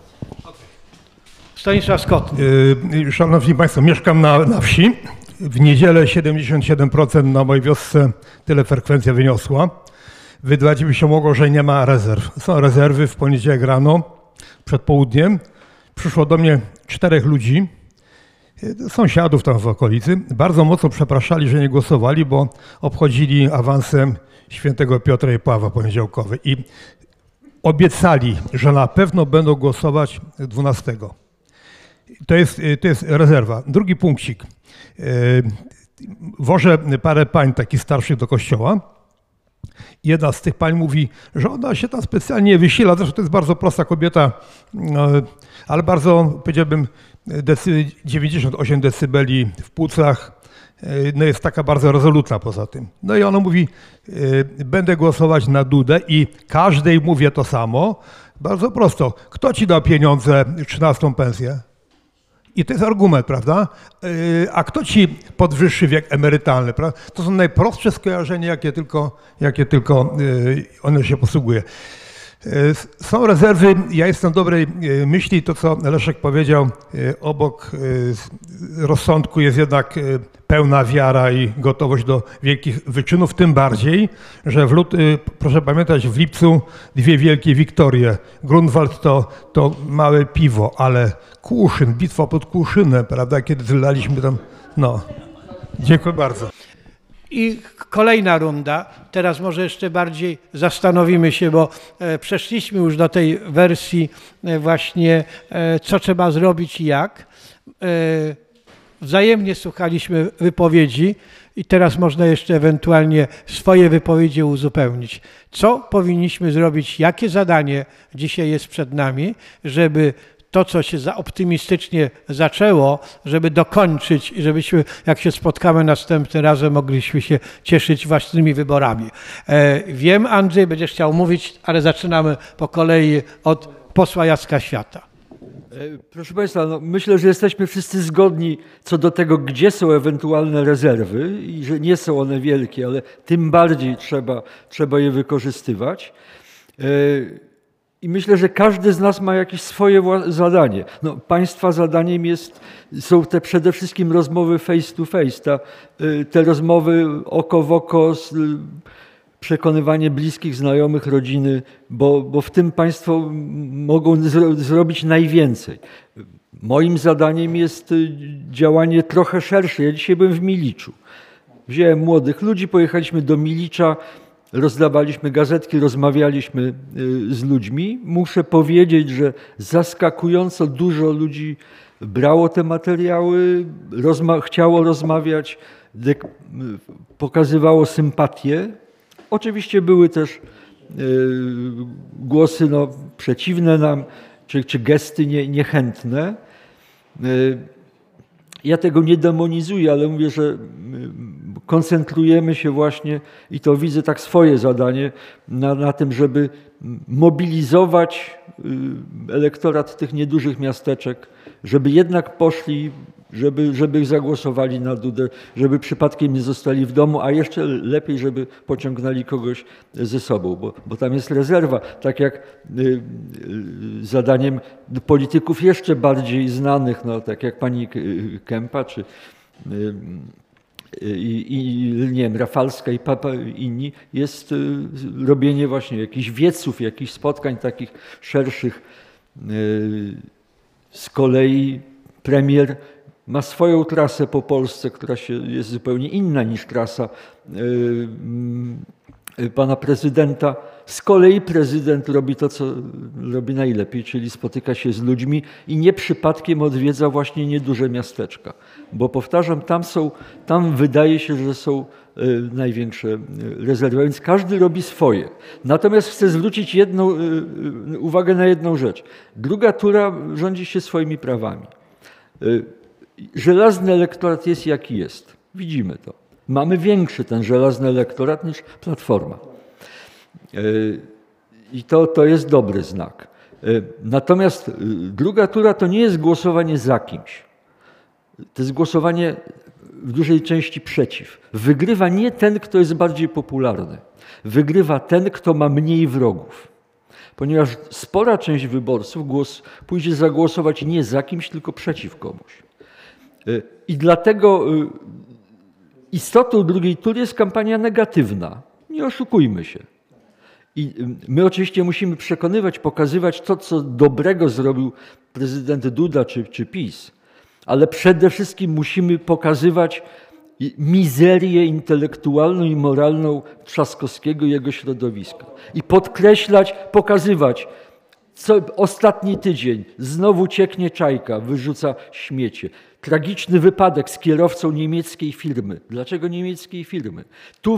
Stanisław Skot. Szanowni Państwo, mieszkam na wsi. W niedzielę 77% na mojej wiosce tyle frekwencja wyniosła. Wydawać mi się mogło, że nie ma rezerw. Są rezerwy w poniedziałek rano, przed południem. Przyszło do mnie 4 ludzi, sąsiadów tam w okolicy. Bardzo mocno przepraszali, że nie głosowali, bo obchodzili awansem świętego Piotra i Pawła poniedziałkowy. I obiecali, że na pewno będą głosować 12. To jest rezerwa. Drugi punkcik. Wożę parę pań takich starszych do kościoła. Jedna z tych pań mówi, że ona się tam specjalnie wysila. Zresztą to jest bardzo prosta kobieta, ale bardzo, powiedziałbym, 98 decybeli w płucach. No jest taka bardzo rezolutna poza tym. No i ona mówi, będę głosować na Dudę i każdej mówię to samo. Bardzo prosto. Kto ci dał pieniądze, 13. pensję? I to jest argument, prawda? A kto ci podwyższy wiek emerytalny, prawda? To są najprostsze skojarzenia, jakie tylko one się posługuje. Są rezerwy, ja jestem dobrej myśli, to co Leszek powiedział, obok rozsądku jest jednak pełna wiara i gotowość do wielkich wyczynów, tym bardziej, że proszę pamiętać, w lipcu dwie wielkie wiktorie. Grunwald to małe piwo, ale Kłuszyn, bitwa pod Kłuszynem, prawda, kiedy zlaliśmy tam, no. Dziękuję bardzo. I kolejna runda. Teraz może jeszcze bardziej zastanowimy się, bo przeszliśmy już do tej wersji właśnie, co trzeba zrobić i jak. Wzajemnie słuchaliśmy wypowiedzi i teraz można jeszcze ewentualnie swoje wypowiedzi uzupełnić. Co powinniśmy zrobić, jakie zadanie dzisiaj jest przed nami, żeby to, co się optymistycznie zaczęło, żeby dokończyć i żebyśmy, jak się spotkamy następnym razem, mogliśmy się cieszyć własnymi wyborami. Wiem, Andrzej, będziesz chciał mówić, ale zaczynamy po kolei od posła Jacka Świata. Proszę Państwa, no myślę, że jesteśmy wszyscy zgodni co do tego, gdzie są ewentualne rezerwy i że nie są one wielkie, ale tym bardziej trzeba je wykorzystywać. I myślę, że każdy z nas ma jakieś swoje zadanie. No, Państwa zadaniem są te przede wszystkim rozmowy face to face, te rozmowy oko w oko, przekonywanie bliskich, znajomych, rodziny, bo w tym Państwo mogą zrobić najwięcej. Moim zadaniem jest działanie trochę szersze. Ja dzisiaj byłem w Miliczu. Wziąłem młodych ludzi, pojechaliśmy do Milicza, rozdawaliśmy gazetki, rozmawialiśmy z ludźmi. Muszę powiedzieć, że zaskakująco dużo ludzi brało te materiały, chciało rozmawiać, pokazywało sympatię. Oczywiście były też głosy przeciwne nam, czy gesty niechętne. Ja tego nie demonizuję, ale mówię, że koncentrujemy się właśnie, i to widzę tak swoje zadanie, na tym, żeby mobilizować elektorat tych niedużych miasteczek, żeby jednak poszli, żeby zagłosowali na Dudę, żeby przypadkiem nie zostali w domu, a jeszcze lepiej, żeby pociągnęli kogoś ze sobą, bo tam jest rezerwa. Tak jak zadaniem polityków jeszcze bardziej znanych, tak jak pani Kempa, czy nie wiem, Rafalska i inni, jest robienie właśnie jakichś wieców, jakichś spotkań takich szerszych. Z kolei premier ma swoją trasę po Polsce, która jest zupełnie inna niż trasa pana prezydenta. Z kolei prezydent robi to, co robi najlepiej, czyli spotyka się z ludźmi i nie przypadkiem odwiedza właśnie nieduże miasteczka. Bo powtarzam, tam wydaje się, że są największe rezerwy, więc każdy robi swoje. Natomiast chcę zwrócić uwagę na jedną rzecz. Druga tura rządzi się swoimi prawami. Żelazny elektorat jest jaki jest. Widzimy to. Mamy większy ten żelazny elektorat niż Platforma. I to jest dobry znak. Natomiast druga tura to nie jest głosowanie za kimś. To jest głosowanie w dużej części przeciw. Wygrywa nie ten, kto jest bardziej popularny. Wygrywa ten, kto ma mniej wrogów. Ponieważ spora część wyborców pójdzie zagłosować nie za kimś, tylko przeciw komuś. I dlatego istotą drugiej tury jest kampania negatywna. Nie oszukujmy się. I my oczywiście musimy przekonywać, pokazywać to, co dobrego zrobił prezydent Duda czy PiS, ale przede wszystkim musimy pokazywać mizerię intelektualną i moralną Trzaskowskiego i jego środowiska. I podkreślać, pokazywać, co ostatni tydzień znowu cieknie Czajka, wyrzuca śmiecie. Tragiczny wypadek z kierowcą niemieckiej firmy. Dlaczego niemieckiej firmy? Tu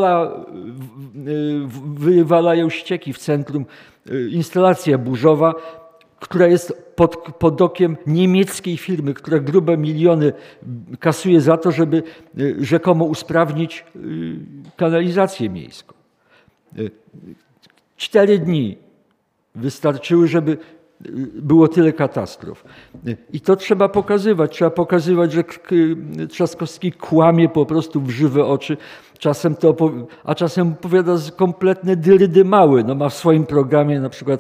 wywalają ścieki w centrum, instalacja burzowa, która jest pod okiem niemieckiej firmy, która grube miliony kasuje za to, żeby rzekomo usprawnić kanalizację miejską. 4 dni wystarczyły, żeby było tyle katastrof. I to trzeba pokazywać. Trzeba pokazywać, że Trzaskowski kłamie po prostu w żywe oczy. czasem a czasem opowiada kompletne dyrydymały. No, ma w swoim programie na przykład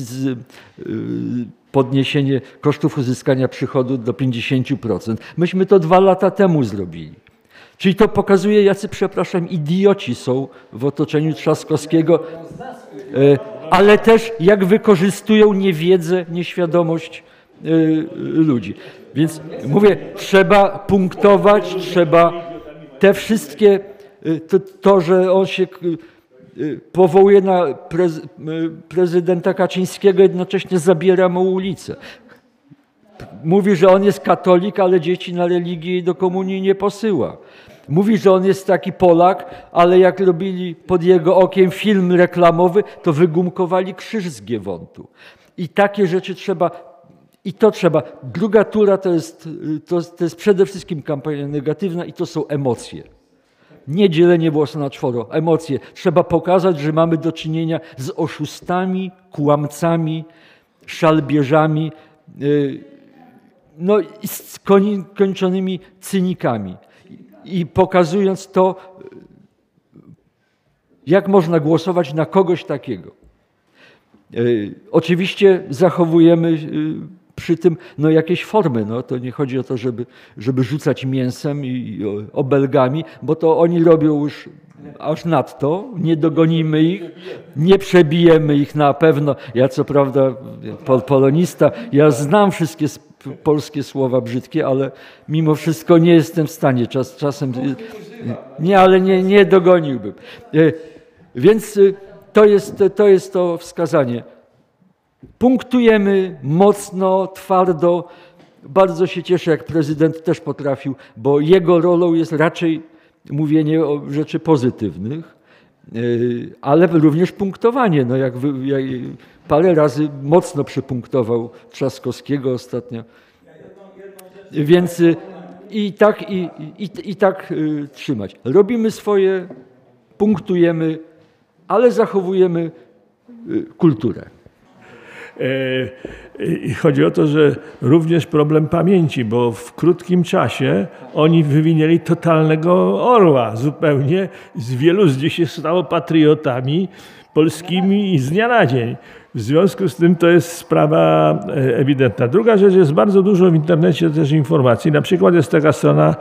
podniesienie kosztów uzyskania przychodu do 50%. Myśmy to 2 lata temu zrobili. Czyli to pokazuje, jacy, przepraszam, idioci są w otoczeniu Trzaskowskiego, ale też jak wykorzystują niewiedzę, nieświadomość ludzi. Więc mówię, trzeba punktować, trzeba te wszystkie, to że on się powołuje na prezydenta Kaczyńskiego, jednocześnie zabiera mu ulicę. Mówi, że on jest katolik, ale dzieci na religię i do komunii nie posyła. Mówi, że on jest taki Polak, ale jak robili pod jego okiem film reklamowy, to wygumkowali krzyż z Giewontu. I takie rzeczy trzeba. I to trzeba. Druga tura to jest przede wszystkim kampania negatywna i to są emocje. Nie dzielenie włosa na czworo, emocje. Trzeba pokazać, że mamy do czynienia z oszustami, kłamcami, szalbierzami, no i skończonymi cynikami. I pokazując to, jak można głosować na kogoś takiego. Oczywiście zachowujemy przy tym jakieś formy. No, to nie chodzi o to, żeby rzucać mięsem i obelgami, bo to oni robią już aż nadto. Nie dogonimy ich, nie przebijemy ich na pewno. Ja co prawda polonista, ja znam wszystkie polskie słowa brzydkie, ale mimo wszystko nie jestem w stanie. Czasem nie, ale nie dogoniłbym. Więc to jest to wskazanie. Punktujemy mocno, twardo. Bardzo się cieszę, jak prezydent też potrafił, bo jego rolą jest raczej mówienie o rzeczy pozytywnych, ale również punktowanie. No jak parę razy mocno przypunktował Trzaskowskiego ostatnio. Więc i tak trzymać. Robimy swoje, punktujemy, ale zachowujemy kulturę. I chodzi o to, że również problem pamięci, bo w krótkim czasie oni wywinęli totalnego orła zupełnie. Wielu z nich się stało patriotami polskimi i z dnia na dzień. W związku z tym to jest sprawa ewidentna. Druga rzecz, jest bardzo dużo w internecie też informacji. Na przykład jest taka strona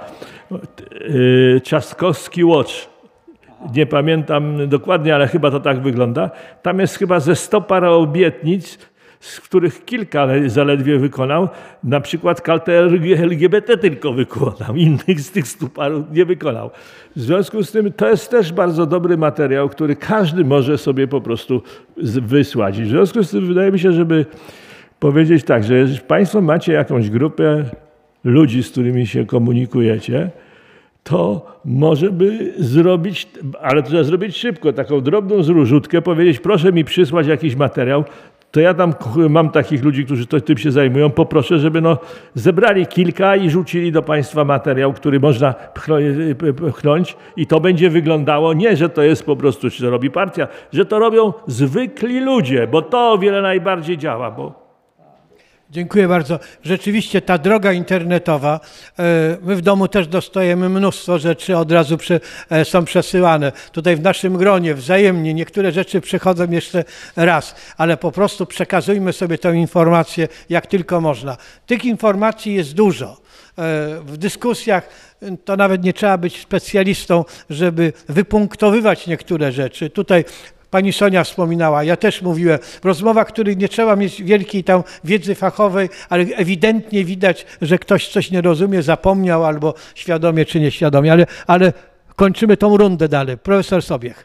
Trzaskowski Watch. Nie pamiętam dokładnie, ale chyba to tak wygląda. Tam jest chyba ze 100 parę obietnic, z których kilka zaledwie wykonał. Na przykład kartę LGBT tylko wykonał. Innych z tych 100 paru nie wykonał. W związku z tym to jest też bardzo dobry materiał, który każdy może sobie po prostu wysłać. W związku z tym wydaje mi się, żeby powiedzieć tak, że jeżeli Państwo macie jakąś grupę ludzi, z którymi się komunikujecie, to może by zrobić, ale to trzeba zrobić szybko, taką drobną zrzutkę, powiedzieć, proszę mi przysłać jakiś materiał, to ja tam mam takich ludzi, którzy tym się zajmują, poproszę, żeby zebrali kilka i rzucili do Państwa materiał, który można pchnąć i to będzie wyglądało nie, że to jest po prostu, czy to robi partia, że to robią zwykli ludzie, bo to o wiele najbardziej działa, bo Dziękuję bardzo. Rzeczywiście ta droga internetowa, my w domu też dostajemy mnóstwo rzeczy, od razu są przesyłane. Tutaj w naszym gronie wzajemnie niektóre rzeczy przychodzą jeszcze raz, ale po prostu przekazujmy sobie tę informację jak tylko można. Tych informacji jest dużo. W dyskusjach to nawet nie trzeba być specjalistą, żeby wypunktowywać niektóre rzeczy. Tutaj pani Sonia wspominała, ja też mówiłem, w rozmowach, w których nie trzeba mieć wielkiej tam wiedzy fachowej, ale ewidentnie widać, że ktoś coś nie rozumie, zapomniał albo świadomie czy nieświadomie, ale kończymy tą rundę dalej. Profesor Sobiech.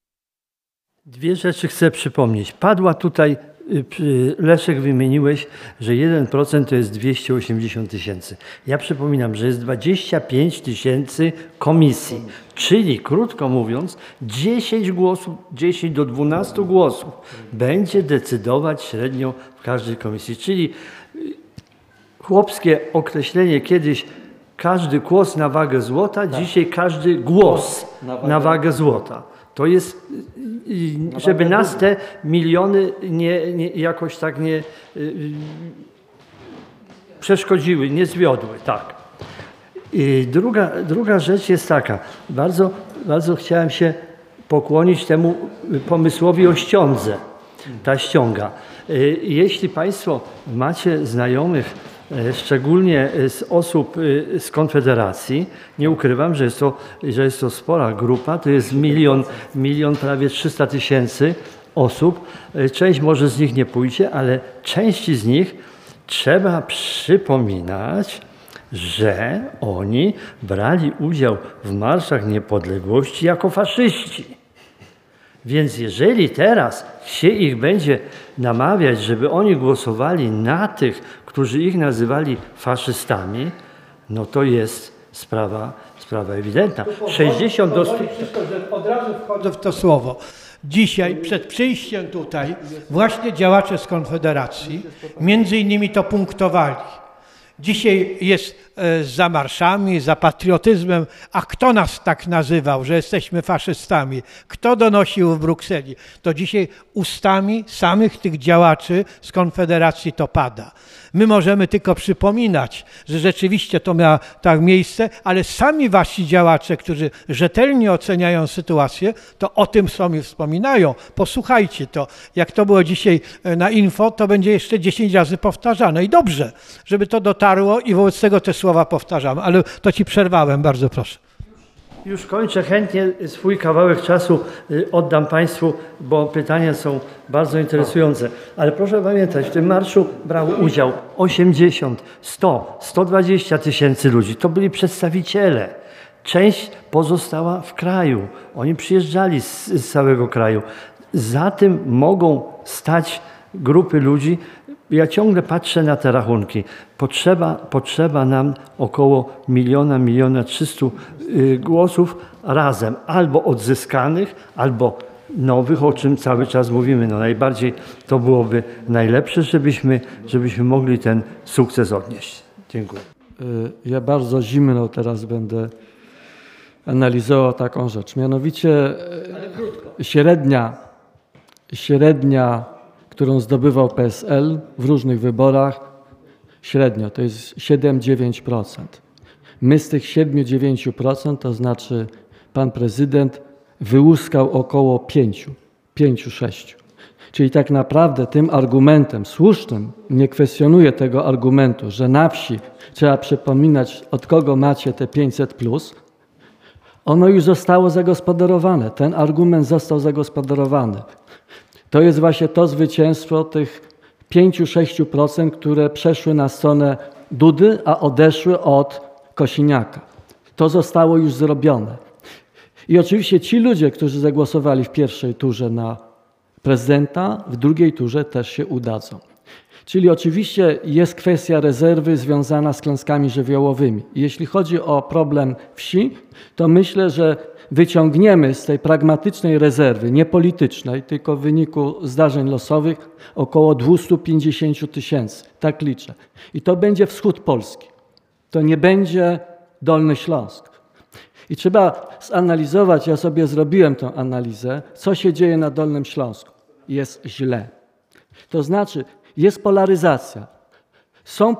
Dwie rzeczy chcę przypomnieć. Padła tutaj, Leszek, wymieniłeś, że 1% to jest 280 000. Ja przypominam, że jest 25 000 komisji, czyli krótko mówiąc 10 głosów, 10 do 12 głosów będzie decydować średnio w każdej komisji. Czyli chłopskie określenie kiedyś każdy głos na wagę złota, dzisiaj każdy głos na wagę złota. To jest, żeby nas te miliony jakoś tak nie przeszkodziły, nie zwiodły. Tak. I druga rzecz jest taka. Bardzo chciałem się pokłonić temu pomysłowi o ściądze. Ta ściąga. Jeśli Państwo macie znajomych, szczególnie z osób z Konfederacji, nie ukrywam, że jest to spora grupa, to jest milion prawie 300 tysięcy osób. Część może z nich nie pójdzie, ale części z nich trzeba przypominać, że oni brali udział w marszach niepodległości jako faszyści. Więc jeżeli teraz się ich będzie namawiać, żeby oni głosowali na tych, którzy ich nazywali faszystami, no to jest sprawa ewidentna. 60 do 100... Od razu wchodzę w to słowo. Dzisiaj, przed przyjściem tutaj, właśnie działacze z Konfederacji między innymi to punktowali. Dzisiaj jest za marszami, za patriotyzmem, a kto nas tak nazywał, że jesteśmy faszystami? Kto donosił w Brukseli? To dzisiaj ustami samych tych działaczy z Konfederacji to pada. My możemy tylko przypominać, że rzeczywiście to miało tak miejsce, ale sami wasi działacze, którzy rzetelnie oceniają sytuację, to o tym sobie wspominają. Posłuchajcie to. Jak to było dzisiaj na info, to będzie jeszcze 10 razy powtarzane. I dobrze, żeby to dotarło i wobec tego te słowa powtarzamy. Ale to ci przerwałem, bardzo proszę. Już kończę, chętnie swój kawałek czasu oddam Państwu, bo pytania są bardzo interesujące. Ale proszę pamiętać, w tym marszu brało udział 80, 100, 120 tysięcy ludzi. To byli przedstawiciele. Część pozostała w kraju. Oni przyjeżdżali z całego kraju. Za tym mogą stać grupy ludzi. Ja ciągle patrzę na te rachunki. Potrzeba nam około 1 300 000 głosów razem, albo odzyskanych, albo nowych, o czym cały czas mówimy. No najbardziej to byłoby najlepsze, żebyśmy mogli ten sukces odnieść. Dziękuję. Ja bardzo zimno teraz będę analizował taką rzecz. Mianowicie średnia, którą zdobywał PSL w różnych wyborach, średnio to jest 7-9%. My z tych 7-9%, to znaczy pan prezydent wyłuskał około 5-6%. Czyli tak naprawdę tym argumentem słusznym, nie kwestionuję tego argumentu, że na wsi trzeba przypominać, od kogo macie te 500+, ono już zostało zagospodarowane. Ten argument został zagospodarowany. To jest właśnie to zwycięstwo tych 5-6%, które przeszły na stronę Dudy, a odeszły od Kosiniaka. To zostało już zrobione. I oczywiście ci ludzie, którzy zagłosowali w pierwszej turze na prezydenta, w drugiej turze też się udadzą. Czyli oczywiście jest kwestia rezerwy związana z klęskami żywiołowymi. Jeśli chodzi o problem wsi, to myślę, że wyciągniemy z tej pragmatycznej rezerwy, nie politycznej, tylko w wyniku zdarzeń losowych, około 250 000. Tak liczę. I to będzie wschód Polski. To nie będzie Dolny Śląsk. I trzeba zanalizować, ja sobie zrobiłem tę analizę, co się dzieje na Dolnym Śląsku. Jest źle. To znaczy, jest polaryzacja. Są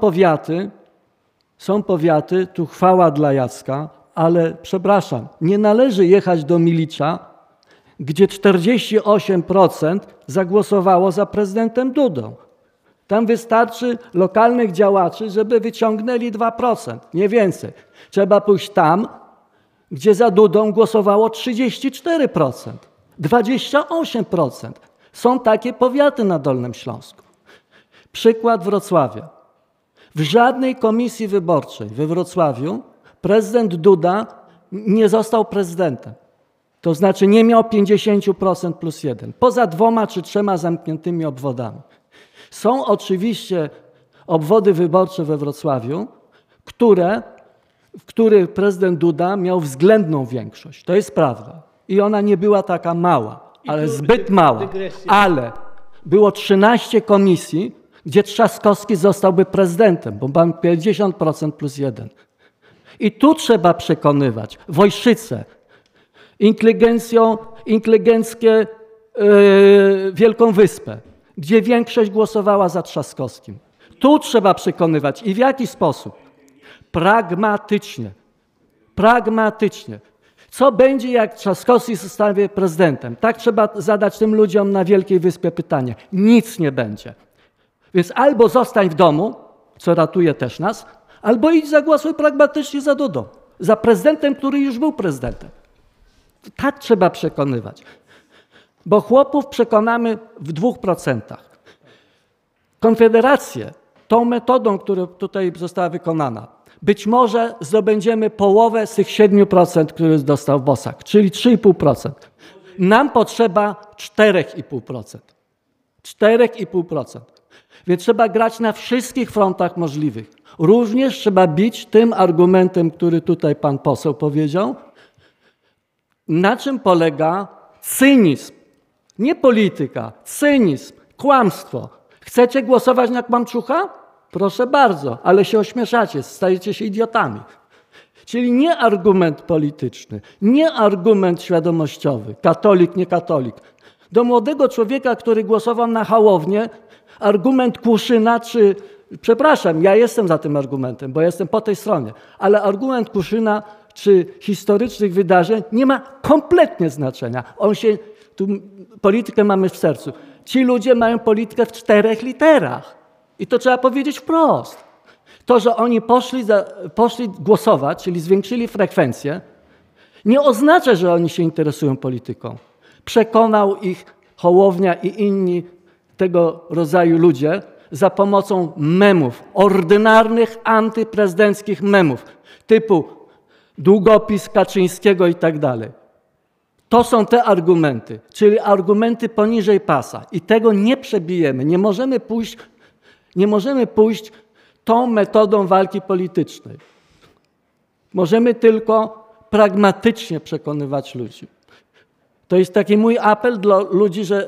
powiaty, tu chwała dla Jacka, ale przepraszam, nie należy jechać do Milicza, gdzie 48% zagłosowało za prezydentem Dudą. Tam wystarczy lokalnych działaczy, żeby wyciągnęli 2%, nie więcej. Trzeba pójść tam, gdzie za Dudą głosowało 34%, 28%. Są takie powiaty na Dolnym Śląsku. Przykład Wrocławia. W żadnej komisji wyborczej we Wrocławiu prezydent Duda nie został prezydentem. To znaczy nie miał 50% plus 1. Poza 2 czy 3 zamkniętymi obwodami. Są oczywiście obwody wyborcze we Wrocławiu, w których prezydent Duda miał względną większość. To jest prawda. I ona nie była taka mała, ale zbyt mała. Ale było 13 komisji, gdzie Trzaskowski zostałby prezydentem, bo mam 50% plus 1. I tu trzeba przekonywać Wojszyce, inteligenckie Wielką Wyspę, gdzie większość głosowała za Trzaskowskim. Tu trzeba przekonywać. I w jaki sposób? Pragmatycznie. Pragmatycznie. Co będzie, jak Trzaskowski zostanie prezydentem? Tak trzeba zadać tym ludziom na Wielkiej Wyspie pytanie. Nic nie będzie. Więc albo zostań w domu, co ratuje też nas, albo idź zagłosuj pragmatycznie za Dudą. Za prezydentem, który już był prezydentem. Tak trzeba przekonywać. Bo chłopów przekonamy w 2%. Konfederację, tą metodą, która tutaj została wykonana, być może zdobędziemy połowę z tych 7%, które dostał Bosak, czyli 3,5%. Nam potrzeba 4,5%. 4,5%. Więc trzeba grać na wszystkich frontach możliwych. Również trzeba bić tym argumentem, który tutaj pan poseł powiedział, na czym polega cynizm. Nie polityka, cynizm, kłamstwo. Chcecie głosować na kłamczucha? Proszę bardzo, ale się ośmieszacie, stajecie się idiotami. Czyli nie argument polityczny, nie argument świadomościowy, katolik, nie katolik. Do młodego człowieka, który głosował na Hołownię, argument Kłuszyna czy... Przepraszam, ja jestem za tym argumentem, bo jestem po tej stronie, ale argument Kłuszyna czy historycznych wydarzeń nie ma kompletnie znaczenia. Tu politykę mamy w sercu. Ci ludzie mają politykę w 4 literach. I to trzeba powiedzieć wprost. To, że oni poszli głosować, czyli zwiększyli frekwencję, nie oznacza, że oni się interesują polityką. Przekonał ich Hołownia i inni tego rodzaju ludzie za pomocą memów, ordynarnych, antyprezydenckich memów, typu długopis Kaczyńskiego i tak dalej. To są te argumenty, czyli argumenty poniżej pasa i tego nie przebijemy. Nie możemy pójść tą metodą walki politycznej. Możemy tylko pragmatycznie przekonywać ludzi. To jest taki mój apel dla ludzi, że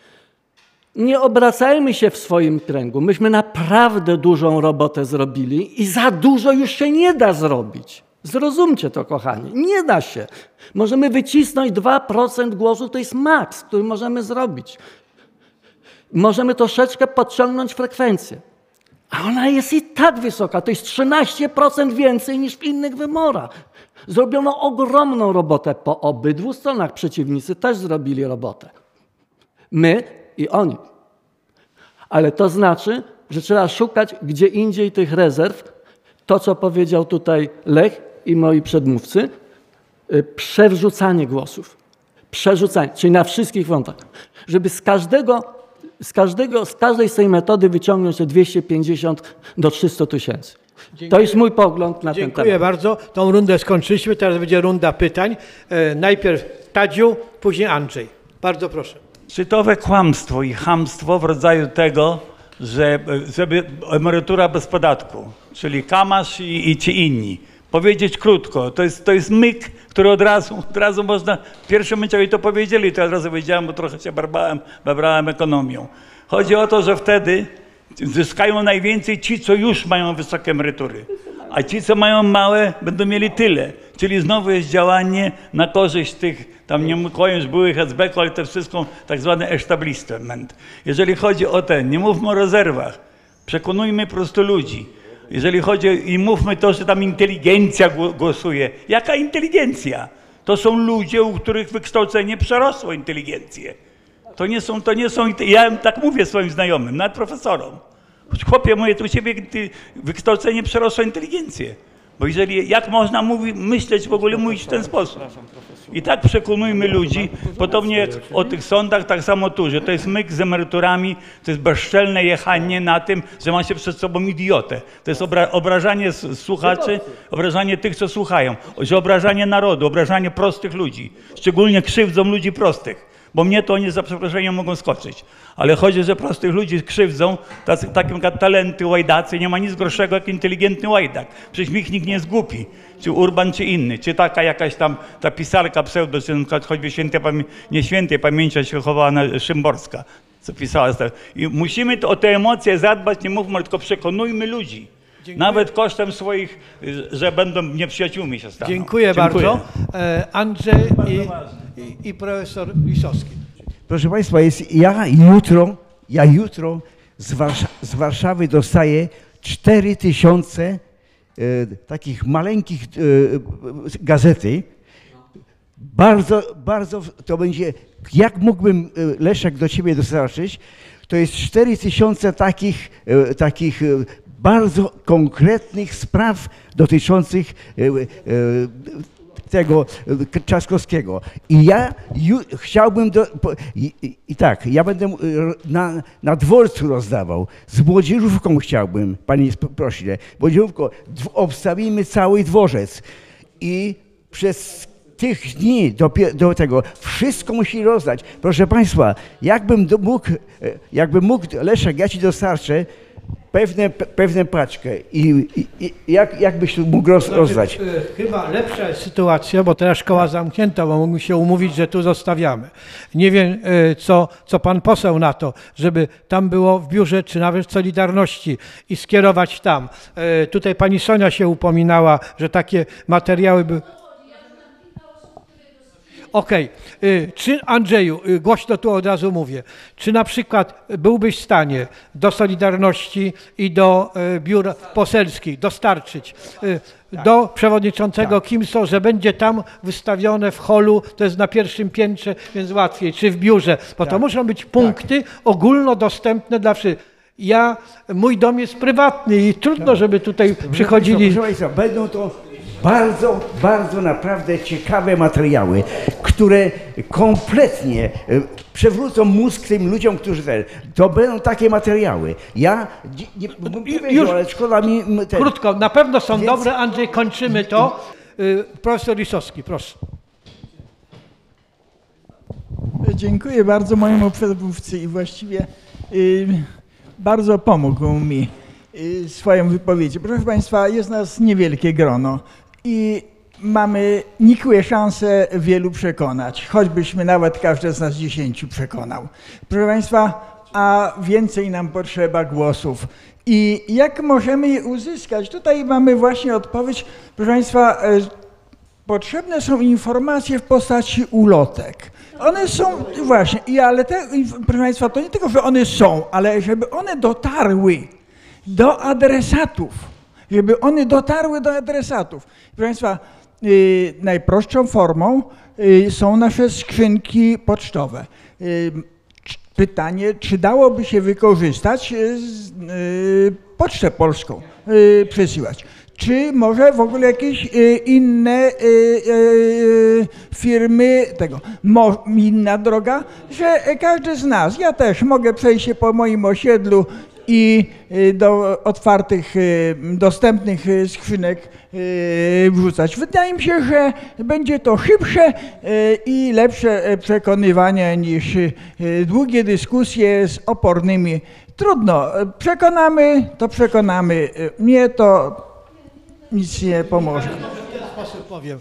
nie obracajmy się w swoim kręgu. Myśmy naprawdę dużą robotę zrobili i za dużo już się nie da zrobić. Zrozumcie to, kochani. Nie da się. Możemy wycisnąć 2% głosów, to jest maks, który możemy zrobić. Możemy troszeczkę podciągnąć frekwencję. A ona jest i tak wysoka. To jest 13% więcej niż w innych wyborach. Zrobiono ogromną robotę po obydwu stronach. Przeciwnicy też zrobili robotę. My i oni. Ale to znaczy, że trzeba szukać gdzie indziej tych rezerw. To, co powiedział tutaj Lech i moi przedmówcy, przerzucanie głosów. Przerzucanie, czyli na wszystkich frontach. Żeby z każdej z tej metody wyciągnąć te 250 do 300 tysięcy. To jest mój pogląd na ten temat. Dziękuję bardzo. Tą rundę skończyliśmy. Teraz będzie runda pytań. Najpierw Tadziu, później Andrzej. Bardzo proszę. Szczytowe kłamstwo i chamstwo w rodzaju tego, żeby emerytura bez podatku, czyli Kamasz i ci inni. Powiedzieć krótko, to jest myk, który od razu można, w pierwszym momencie to powiedzieli, to od razu wiedziałem, bo trochę się babrałem ekonomią. Chodzi o to, że wtedy zyskają najwięcej ci, co już mają wysokie emerytury, a ci, co mają małe, będą mieli tyle. Czyli znowu jest działanie na korzyść tych, tam nie mówię już byłych SB-ków, ale to wszystko tak zwany establishment. Jeżeli chodzi o nie mówmy o rezerwach, przekonujmy po prostu ludzi. Jeżeli chodzi i mówmy to, że tam inteligencja głosuje. Jaka inteligencja? To są ludzie, u których wykształcenie przerosło inteligencję. To nie są, ja tak mówię swoim znajomym, nawet profesorom. Chłopie, mówię, u ciebie wykształcenie przerosło inteligencję. Bo jak można myśleć w ogóle, mówić w ten sposób? I tak przekonujmy ludzi, podobnie jak o tych sądach, tak samo tu, że to jest myk z emeryturami, to jest bezczelne jechanie na tym, że ma się przed sobą idiotę. To jest obrażanie słuchaczy, obrażanie tych, co słuchają, że obrażanie narodu, obrażanie prostych ludzi, szczególnie krzywdzą ludzi prostych. Bo mnie to oni za przeproszeniem mogą skoczyć. Ale chodzi, że prostych ludzi krzywdzą, takim jak talenty, łajdacy, nie ma nic gorszego jak inteligentny łajdak. Przecież nikt nie jest głupi, czy Urban, czy inny, czy taka jakaś tam ta pisarka pseudo, czy choćby nie świętej pamięci się chowała Szymborska, co pisała. I musimy o te emocje zadbać, nie mówmy, tylko przekonujmy ludzi. Dziękuję. Nawet kosztem swoich, że będą nieprzyjaciółmi się staną. Dziękuję bardzo. Andrzej i profesor Lisowski. Proszę Państwa, ja jutro z Warszawy dostaję 4000 takich maleńkich gazety. Bardzo to będzie, jak mógłbym, Leszek, do ciebie dostarczyć, to jest 4000 takich bardzo konkretnych spraw dotyczących tego Trzaskowskiego. I ja chciałbym, ja będę na dworcu rozdawał, z młodzieżówką chciałbym, panie pośle, młodzieżówką, obstawimy cały dworzec i przez tych dni do tego wszystko musi rozdać. Proszę państwa, jakbym mógł, Leszek, ja ci dostarczę pewne paczkę i jakbyś mógł rozdać? Chyba lepsza jest sytuacja, bo teraz szkoła zamknięta, bo mógłbym się umówić, że tu zostawiamy. Nie wiem, co pan poseł na to, żeby tam było w biurze, czy nawet w Solidarności i skierować tam. Tutaj pani Sonia się upominała, że takie materiały by... Okej. Czy Andrzeju, głośno tu od razu mówię, czy na przykład byłbyś w stanie do Solidarności i do biur poselskich dostarczyć do przewodniczącego Kimso, że będzie tam wystawione w holu, to jest na pierwszym piętrze, więc łatwiej, czy w biurze, bo to muszą być punkty ogólnodostępne dla wszystkich. Mój dom jest prywatny i trudno, żeby tutaj przychodzili... Proszę Państwa, będą to bardzo naprawdę ciekawe materiały, które kompletnie przewrócą mózg tym ludziom, którzy... To będą takie materiały. Ja nie wiedział, ale szkoda mi... Krótko, na pewno są dobre. Andrzej, kończymy to. Profesor Lisowski, proszę. Dziękuję bardzo mojemu przedmówcy i właściwie bardzo pomógł mi swoją wypowiedzią. Proszę Państwa, jest nas niewielkie grono i mamy nikłe szanse wielu przekonać, choćbyśmy nawet każdy z nas 10 przekonał. Proszę Państwa, a więcej nam potrzeba głosów. I jak możemy je uzyskać? Tutaj mamy właśnie odpowiedź. Proszę Państwa, potrzebne są informacje w postaci ulotek. One są właśnie, ale proszę Państwa, to nie tylko, że one są, ale żeby one dotarły do adresatów. Żeby one dotarły do adresatów. Proszę Państwa, najprostszą formą są nasze skrzynki pocztowe. Pytanie, czy dałoby się wykorzystać Pocztę Polską, przesyłać? Czy może w ogóle jakieś inne firmy tego? Inna droga, że każdy z nas, ja też mogę przejść się po moim osiedlu i do otwartych, dostępnych skrzynek wrzucać. Wydaje mi się, że będzie to szybsze i lepsze przekonywanie niż długie dyskusje z opornymi. Trudno, przekonamy, to przekonamy. Mnie to nic nie pomoże. W ten sposób powiem.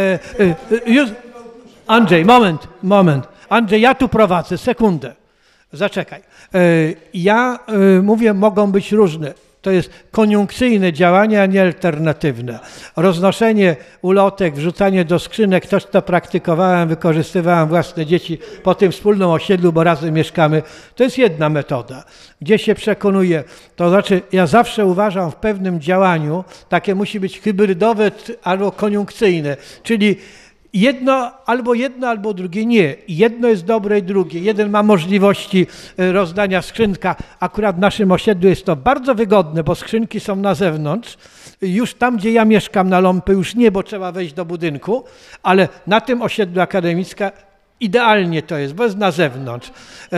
Andrzej, moment. Andrzej, ja tu prowadzę, sekundę. Zaczekaj. Mówię, mogą być różne. To jest koniunkcyjne działanie, a nie alternatywne. Roznoszenie ulotek, wrzucanie do skrzynek, to praktykowałem, wykorzystywałem własne dzieci po tym wspólnym osiedlu, bo razem mieszkamy. To jest jedna metoda. Gdzie się przekonuje, to znaczy ja zawsze uważam w pewnym działaniu, takie musi być hybrydowe albo koniunkcyjne, czyli jedno, albo drugie nie. Jedno jest dobre i drugie. Jeden ma możliwości rozdania skrzynka. Akurat w naszym osiedlu jest to bardzo wygodne, bo skrzynki są na zewnątrz. Już tam, gdzie ja mieszkam na Ląpy, już nie, bo trzeba wejść do budynku, ale na tym osiedlu akademicka idealnie to jest, bo jest na zewnątrz.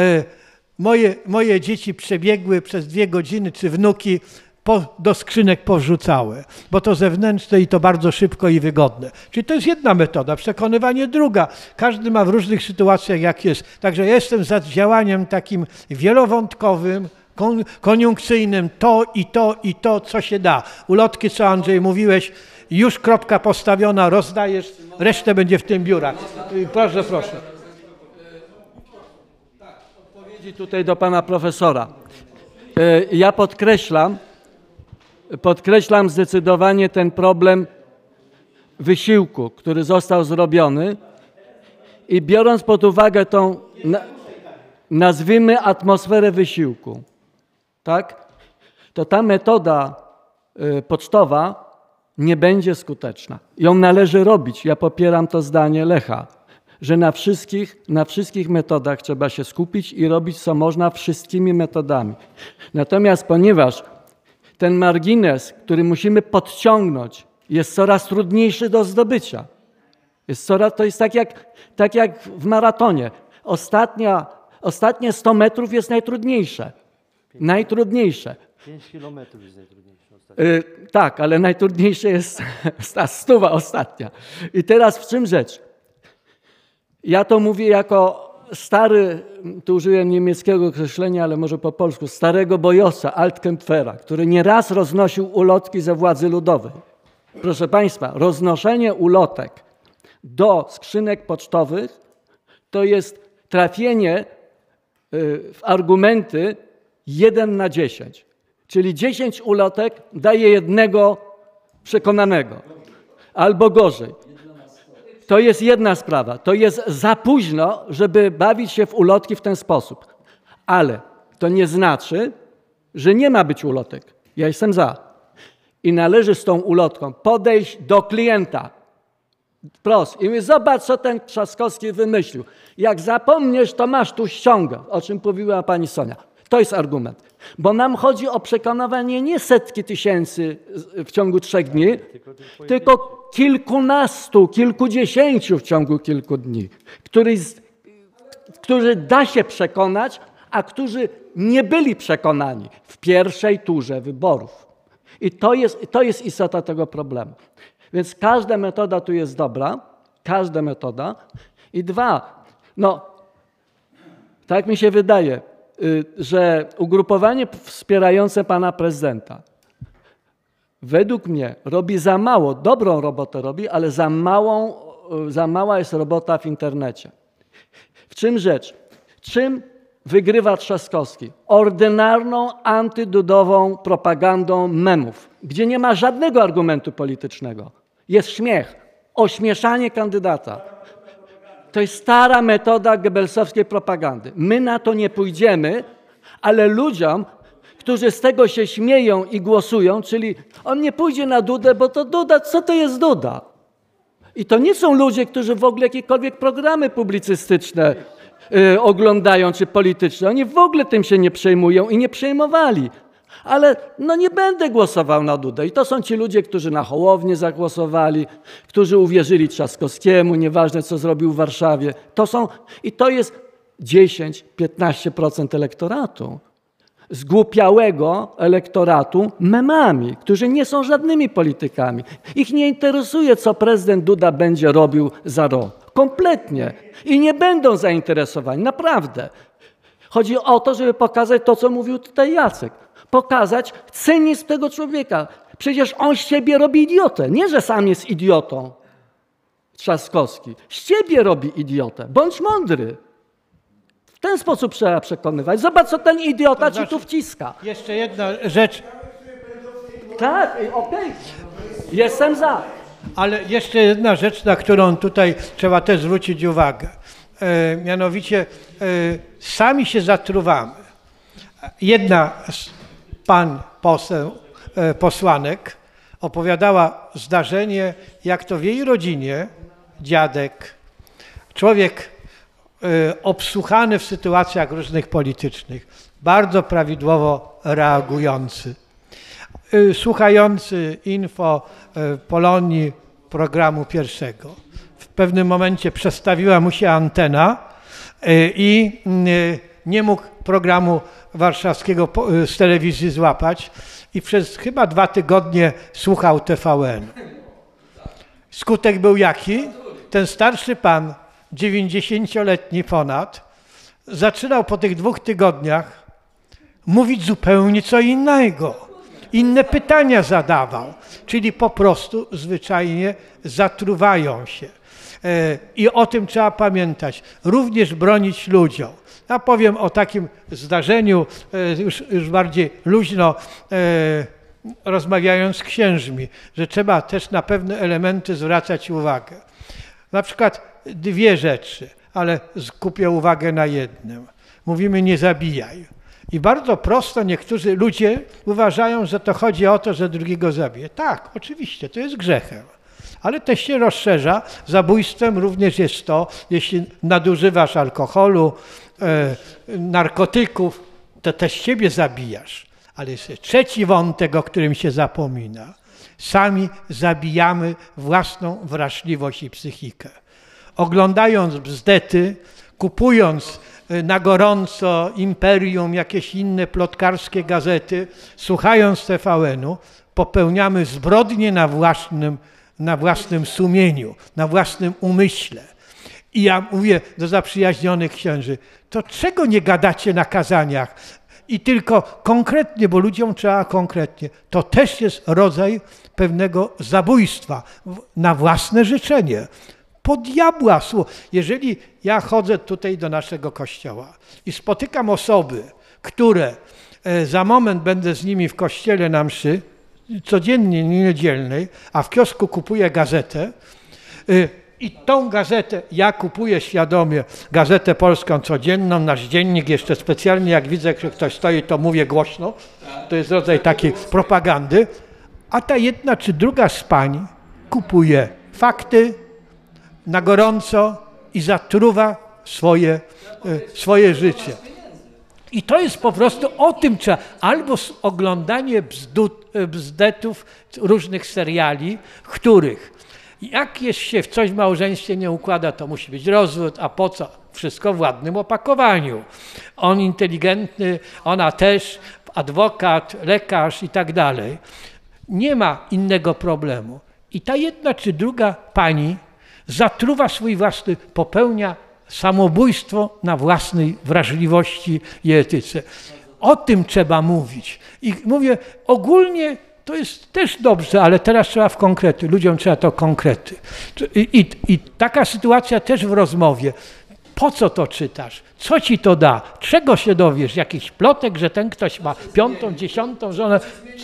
Moje dzieci przebiegły przez 2 godziny, czy wnuki, do skrzynek powrzucały, bo to zewnętrzne i to bardzo szybko i wygodne. Czyli to jest jedna metoda, przekonywanie druga. Każdy ma w różnych sytuacjach jak jest. Także ja jestem za działaniem takim wielowątkowym, koniunkcyjnym, to, co się da. Ulotki, co Andrzej mówiłeś, już kropka postawiona, rozdajesz, resztę będzie w tym biurach. Proszę. Odpowiedzi tutaj do pana profesora. Ja podkreślam zdecydowanie ten problem wysiłku, który został zrobiony i biorąc pod uwagę tą, nazwijmy, atmosferę wysiłku, tak? To ta metoda pocztowa nie będzie skuteczna. Ją należy robić. Ja popieram to zdanie Lecha, że na wszystkich metodach trzeba się skupić i robić co można wszystkimi metodami. Natomiast ponieważ ten margines, który musimy podciągnąć, jest coraz trudniejszy do zdobycia. To jest tak jak w maratonie. Ostatnie 100 metrów jest najtrudniejsze. Najtrudniejsze. 5 kilometrów jest najtrudniejsze. Tak, ale najtrudniejsze jest ta 100 ostatnia. I teraz w czym rzecz? Ja to mówię jako stary, tu użyłem niemieckiego określenia, ale może po polsku, starego bojosa, Altkempfera, który nieraz roznosił ulotki ze władzy ludowej. Proszę Państwa, roznoszenie ulotek do skrzynek pocztowych to jest trafienie w argumenty 1 na 10. Czyli 10 ulotek daje jednego przekonanego. Albo gorzej. To jest jedna sprawa. To jest za późno, żeby bawić się w ulotki w ten sposób. Ale to nie znaczy, że nie ma być ulotek. Ja jestem za. I należy z tą ulotką podejść do klienta. Wprost. I mówię, zobacz, co ten Trzaskowski wymyślił. Jak zapomniesz, to masz tu ściągę, o czym mówiła pani Sonia. To jest argument. Bo nam chodzi o przekonywanie nie setki tysięcy w ciągu 3 dni, tylko kilkunastu, kilkudziesięciu w ciągu kilku dni, którzy da się przekonać, a którzy nie byli przekonani w pierwszej turze wyborów. I to jest istota tego problemu. Więc każda metoda tu jest dobra, każda metoda. I dwa, tak mi się wydaje, że ugrupowanie wspierające pana prezydenta według mnie robi za mało, dobrą robotę robi, ale za mała jest robota w internecie. W czym rzecz? Czym wygrywa Trzaskowski? Ordynarną, antydudową propagandą memów, gdzie nie ma żadnego argumentu politycznego. Jest śmiech, ośmieszanie kandydata. To jest stara metoda goebbelsowskiej propagandy. My na to nie pójdziemy, ale ludziom, którzy z tego się śmieją i głosują, czyli on nie pójdzie na Dudę, bo to Duda, co to jest Duda? I to nie są ludzie, którzy w ogóle jakiekolwiek programy publicystyczne oglądają, czy polityczne. Oni w ogóle tym się nie przejmują i nie przejmowali. Ale nie będę głosował na Dudę. I to są ci ludzie, którzy na Hołownię zagłosowali, którzy uwierzyli Trzaskowskiemu, nieważne co zrobił w Warszawie. To jest 10-15% elektoratu. Zgłupiałego elektoratu memami, którzy nie są żadnymi politykami. Ich nie interesuje, co prezydent Duda będzie robił za rok. Kompletnie. I nie będą zainteresowani. Naprawdę. Chodzi o to, żeby pokazać to, co mówił tutaj Jacek. Pokazać cynizm tego człowieka. Przecież on z siebie robi idiotę. Nie, że sam jest idiotą. Trzaskowski. Z ciebie robi idiotę. Bądź mądry. W ten sposób trzeba przekonywać. Zobacz, co ten idiota ci tu wciska. Jeszcze jedna rzecz. Tak, okej. Jestem za. Ale jeszcze jedna rzecz, na którą tutaj trzeba też zwrócić uwagę. Mianowicie sami się zatruwamy. Jedna z posłanek opowiadała zdarzenie, jak to w jej rodzinie dziadek, człowiek obsłuchany w sytuacjach różnych politycznych, bardzo prawidłowo reagujący, słuchający info Polonii programu pierwszego. W pewnym momencie przestawiła mu się antena i nie mógł programu warszawskiego z telewizji złapać i przez chyba 2 tygodnie słuchał TVN. Skutek był jaki? Ten starszy pan, 90-letni ponad, zaczynał po tych 2 tygodniach mówić zupełnie co innego. Inne pytania zadawał, czyli po prostu zwyczajnie zatruwają się. I o tym trzeba pamiętać. Również bronić ludziom. Ja powiem o takim zdarzeniu, już bardziej luźno rozmawiając z księżmi, że trzeba też na pewne elementy zwracać uwagę. Na przykład 2 rzeczy, ale skupię uwagę na jednym. Mówimy nie zabijaj. I bardzo prosto niektórzy ludzie uważają, że to chodzi o to, że drugiego zabije. Tak, oczywiście, to jest grzechem. Ale też się rozszerza. Zabójstwem również jest to, jeśli nadużywasz alkoholu, narkotyków, to też siebie zabijasz. Ale jest trzeci wątek, o którym się zapomina. Sami zabijamy własną wrażliwość i psychikę. Oglądając bzdety, kupując na gorąco Imperium, jakieś inne plotkarskie gazety, słuchając TVN-u, popełniamy zbrodnie na własnym sumieniu, na własnym umyśle. I ja mówię do zaprzyjaźnionych księży, to czego nie gadacie na kazaniach? I tylko konkretnie, bo ludziom trzeba konkretnie. To też jest rodzaj pewnego zabójstwa na własne życzenie. Po diabła. Jeżeli ja chodzę tutaj do naszego kościoła i spotykam osoby, które za moment będę z nimi w kościele na mszy, codziennie niedzielnej, a w kiosku kupuję gazetę i tą gazetę ja kupuję świadomie, Gazetę Polską Codzienną, nasz dziennik, jeszcze specjalnie jak widzę, że ktoś stoi, to mówię głośno, to jest rodzaj takiej propagandy, a ta jedna czy druga z pań kupuje fakty na gorąco i zatruwa swoje życie. I to jest po prostu o tym trzeba, albo oglądanie bzdetów różnych seriali, w których jak się w coś w małżeństwie nie układa, to musi być rozwód, a po co? Wszystko w ładnym opakowaniu. On inteligentny, ona też, adwokat, lekarz i tak dalej. Nie ma innego problemu. I ta jedna czy druga pani zatruwa swój własny, popełnia samobójstwo na własnej wrażliwości i etyce. O tym trzeba mówić. I mówię, ogólnie to jest też dobrze, ale teraz trzeba w konkrety. Ludziom trzeba to konkrety. I taka sytuacja też w rozmowie. Po co to czytasz? Co ci to da? Czego się dowiesz? Jakiś plotek, że ten ktoś ma 5., 10. żonę?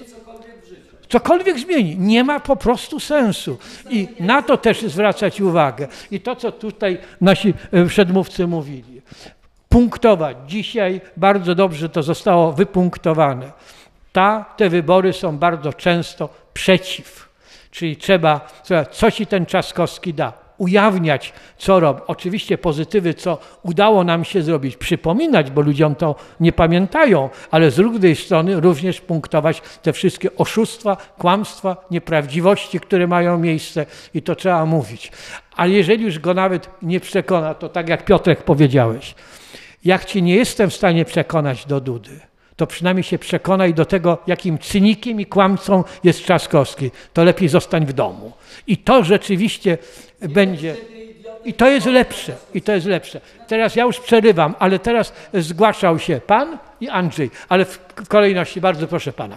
Cokolwiek zmieni. Nie ma po prostu sensu. I na to też zwracać uwagę. I to, co tutaj nasi przedmówcy mówili. Punktować. Dzisiaj bardzo dobrze to zostało wypunktowane. Te wybory są bardzo często przeciw. Czyli trzeba, co ci ten Trzaskowski da. Ujawniać, co robi. Oczywiście pozytywy, co udało nam się zrobić, przypominać, bo ludziom to nie pamiętają, ale z drugiej strony również punktować te wszystkie oszustwa, kłamstwa, nieprawdziwości, które mają miejsce i to trzeba mówić. Ale jeżeli już go nawet nie przekona, to tak jak Piotrek powiedziałeś, jak ci nie jestem w stanie przekonać do Dudy, to przynajmniej się przekonaj do tego, jakim cynikiem i kłamcą jest Trzaskowski. To lepiej zostań w domu. I to rzeczywiście będzie... I to jest lepsze. I to jest lepsze. Teraz ja już przerywam, ale teraz zgłaszał się pan i Andrzej. Ale w kolejności bardzo proszę pana.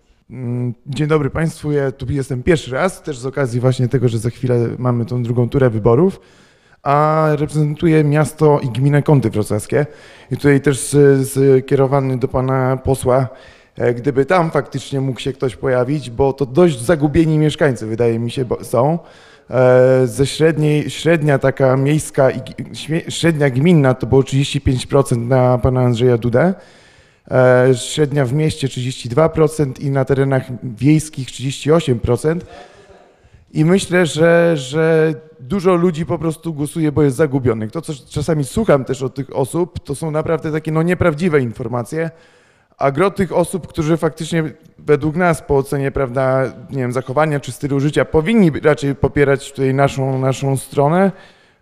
Dzień dobry Państwu. Ja tu jestem pierwszy raz, też z okazji właśnie tego, że za chwilę mamy tą drugą turę wyborów. A reprezentuję miasto i gminę Kąty Wrocławskie. I tutaj też skierowany do pana posła, gdyby tam faktycznie mógł się ktoś pojawić, bo to dość zagubieni mieszkańcy, wydaje mi się, są. Ze średnia taka miejska i średnia gminna to było 35% na pana Andrzeja Dudę, średnia w mieście 32% i na terenach wiejskich 38%. I myślę, że dużo ludzi po prostu głosuje, bo jest zagubionych. To, co czasami słucham też od tych osób, to są naprawdę takie nieprawdziwe informacje, a gro tych osób, którzy faktycznie według nas po ocenie, prawda, nie wiem, zachowania czy stylu życia powinni raczej popierać tutaj naszą stronę,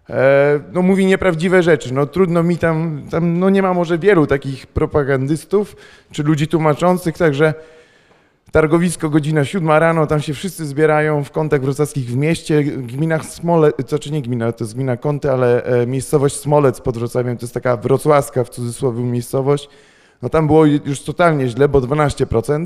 mówi nieprawdziwe rzeczy. Trudno mi tam nie ma może wielu takich propagandystów czy ludzi tłumaczących, także targowisko, godzina 7 rano, tam się wszyscy zbierają w Kątach Wrocławskich w mieście, gminach Smolec, to nie gmina, to jest gmina Kąty, ale miejscowość Smolec pod Wrocławiem, to jest taka wrocławska w cudzysłowie miejscowość. Tam było już totalnie źle, bo 12%,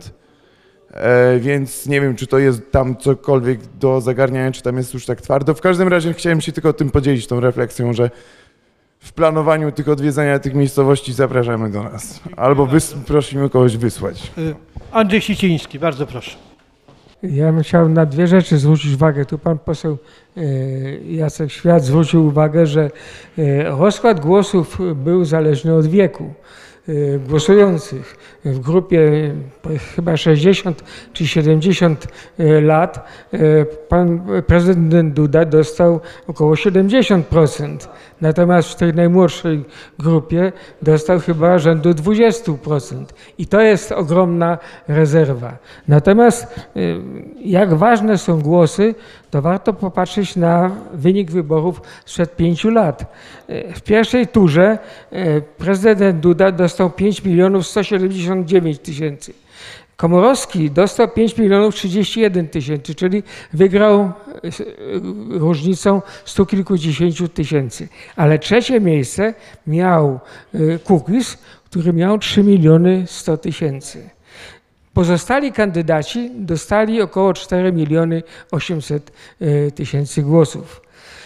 więc nie wiem, czy to jest tam cokolwiek do zagarniania, czy tam jest już tak twardo. W każdym razie chciałem się tylko tym podzielić, tą refleksją, że w planowaniu odwiedzania tych miejscowości zapraszamy do nas. Albo prosimy kogoś wysłać. Andrzej Siciński, bardzo proszę. Ja bym chciał na dwie rzeczy zwrócić uwagę. Tu pan poseł Jacek Świat zwrócił uwagę, że rozkład głosów był zależny od wieku. głosujących w grupie chyba 60 czy 70 lat, pan prezydent Duda dostał około 70%. Natomiast w tej najmłodszej grupie dostał chyba rzędu 20%. I to jest ogromna rezerwa. Natomiast jak ważne są głosy, to warto popatrzeć na wynik wyborów sprzed 5 lat. W pierwszej turze prezydent Duda dostał 5 179 000. Komorowski dostał 5 031 000, czyli wygrał różnicą 100 kilkudziesięciu tysięcy. Ale trzecie miejsce miał Kukiz, który miał 3 100 000. Pozostali kandydaci dostali około 4 800 000 głosów.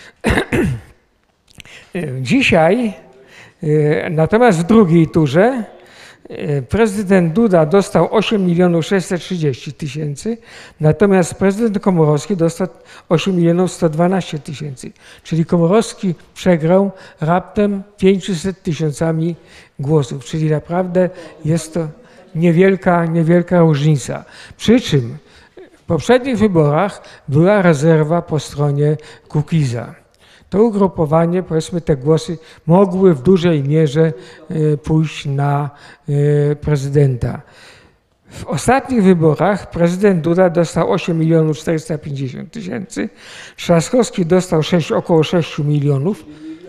Dzisiaj, natomiast w drugiej turze, prezydent Duda dostał 8 630 000, natomiast prezydent Komorowski dostał 8 112 000. Czyli Komorowski przegrał raptem 500 000 głosów, czyli naprawdę jest to niewielka różnica. Przy czym w poprzednich wyborach była rezerwa po stronie Kukiza. To ugrupowanie, powiedzmy, te głosy mogły w dużej mierze pójść na prezydenta. W ostatnich wyborach prezydent Duda dostał 8 450 000, Trzaskowski dostał około 6 milionów,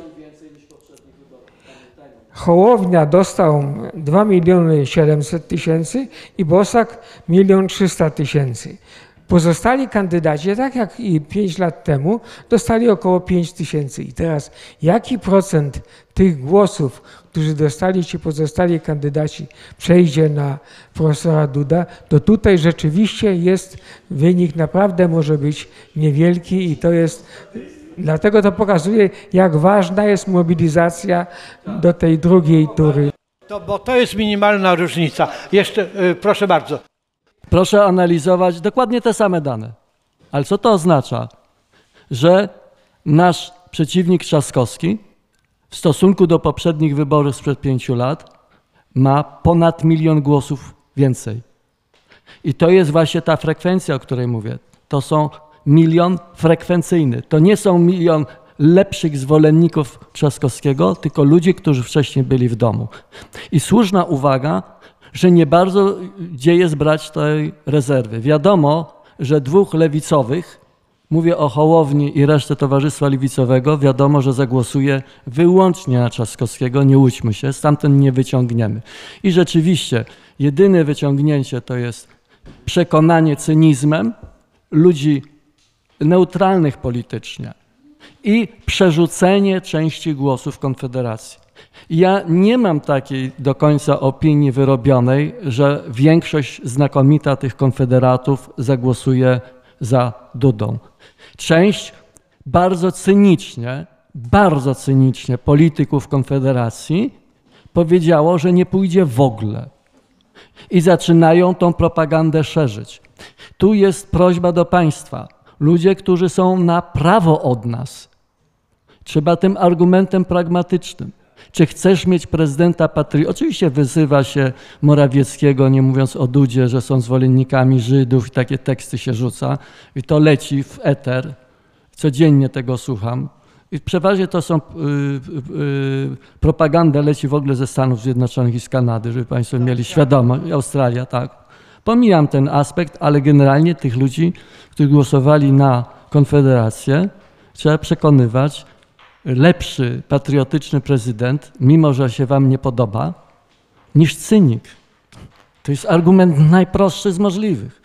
Hołownia dostał 2 700 000 i Bosak 1 300 000. Pozostali kandydaci, tak jak i 5 lat temu, dostali około 5 000. I teraz jaki procent tych głosów, którzy dostali ci pozostali kandydaci, przejdzie na profesora Duda, to tutaj rzeczywiście jest wynik, naprawdę może być niewielki i to jest, dlatego to pokazuje, jak ważna jest mobilizacja do tej drugiej tury. Bo to jest minimalna różnica. Jeszcze, proszę bardzo. Proszę analizować dokładnie te same dane. Ale co to oznacza? Że nasz przeciwnik Trzaskowski w stosunku do poprzednich wyborów sprzed 5 lat ma ponad 1 000 000 głosów więcej. I to jest właśnie ta frekwencja, o której mówię. To są 1 000 000 frekwencyjny. To nie są 1 000 000 lepszych zwolenników Trzaskowskiego, tylko ludzi, którzy wcześniej byli w domu. I słuszna uwaga, że nie bardzo gdzie jest brać tej rezerwy. Wiadomo, że 2 lewicowych, mówię o Hołowni i resztę Towarzystwa Lewicowego, wiadomo, że zagłosuje wyłącznie na Trzaskowskiego, nie łudźmy się, stamtąd nie wyciągniemy. I rzeczywiście jedyne wyciągnięcie to jest przekonanie cynizmem ludzi neutralnych politycznie i przerzucenie części głosów Konfederacji. Ja nie mam takiej do końca opinii wyrobionej, że większość znakomita tych konfederatów zagłosuje za Dudą. Część bardzo cynicznie polityków Konfederacji powiedziało, że nie pójdzie w ogóle i zaczynają tą propagandę szerzyć. Tu jest prośba do państwa. Ludzie, którzy są na prawo od nas, trzeba tym argumentem pragmatycznym. Czy chcesz mieć prezydenta patriotów? Oczywiście wyzywa się Morawieckiego, nie mówiąc o Dudzie, że są zwolennikami Żydów i takie teksty się rzuca. I to leci w eter. Codziennie tego słucham. I przeważnie to są propaganda leci w ogóle ze Stanów Zjednoczonych i z Kanady, żeby państwo mieli świadomość. Australia, tak. Pomijam ten aspekt, ale generalnie tych ludzi, którzy głosowali na Konfederację, trzeba przekonywać, lepszy, patriotyczny prezydent, mimo że się wam nie podoba, niż cynik. To jest argument najprostszy z możliwych.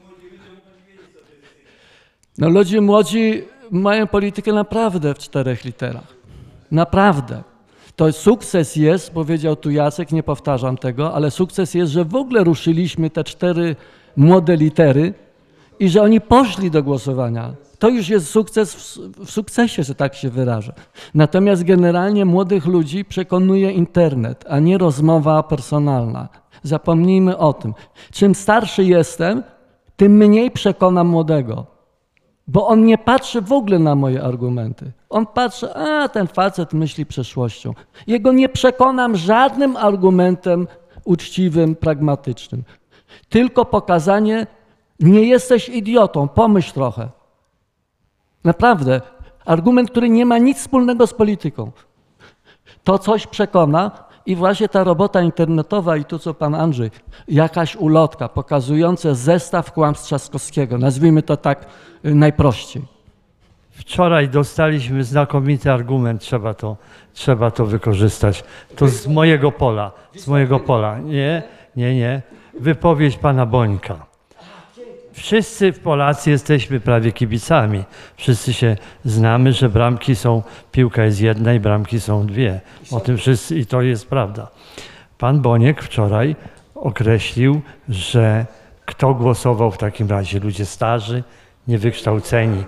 No, ludzie młodzi mają politykę naprawdę w 4 literach. Naprawdę. To sukces jest, powiedział tu Jacek, nie powtarzam tego, ale sukces jest, że w ogóle ruszyliśmy te 4 młode litery i że oni poszli do głosowania. To już jest sukces w sukcesie, że tak się wyrażę. Natomiast generalnie młodych ludzi przekonuje internet, a nie rozmowa personalna. Zapomnijmy o tym. Czym starszy jestem, tym mniej przekonam młodego, bo on nie patrzy w ogóle na moje argumenty. On patrzy, a ten facet myśli przeszłością. Jego nie przekonam żadnym argumentem uczciwym, pragmatycznym. Tylko pokazanie, nie jesteś idiotą, pomyśl trochę. Naprawdę, argument, który nie ma nic wspólnego z polityką. To coś przekona i właśnie ta robota internetowa i to, co pan Andrzej, jakaś ulotka pokazująca zestaw kłamstw Trzaskowskiego, nazwijmy to tak najprościej. Wczoraj dostaliśmy znakomity argument, trzeba to wykorzystać. To z mojego pola. Nie. Wypowiedź pana Bońka. Wszyscy Polacy jesteśmy prawie kibicami. Wszyscy się znamy, że piłka jest jedna i bramki są dwie. O tym wszyscy i to jest prawda. Pan Boniek wczoraj określił, że kto głosował w takim razie? Ludzie starzy, niewykształceni.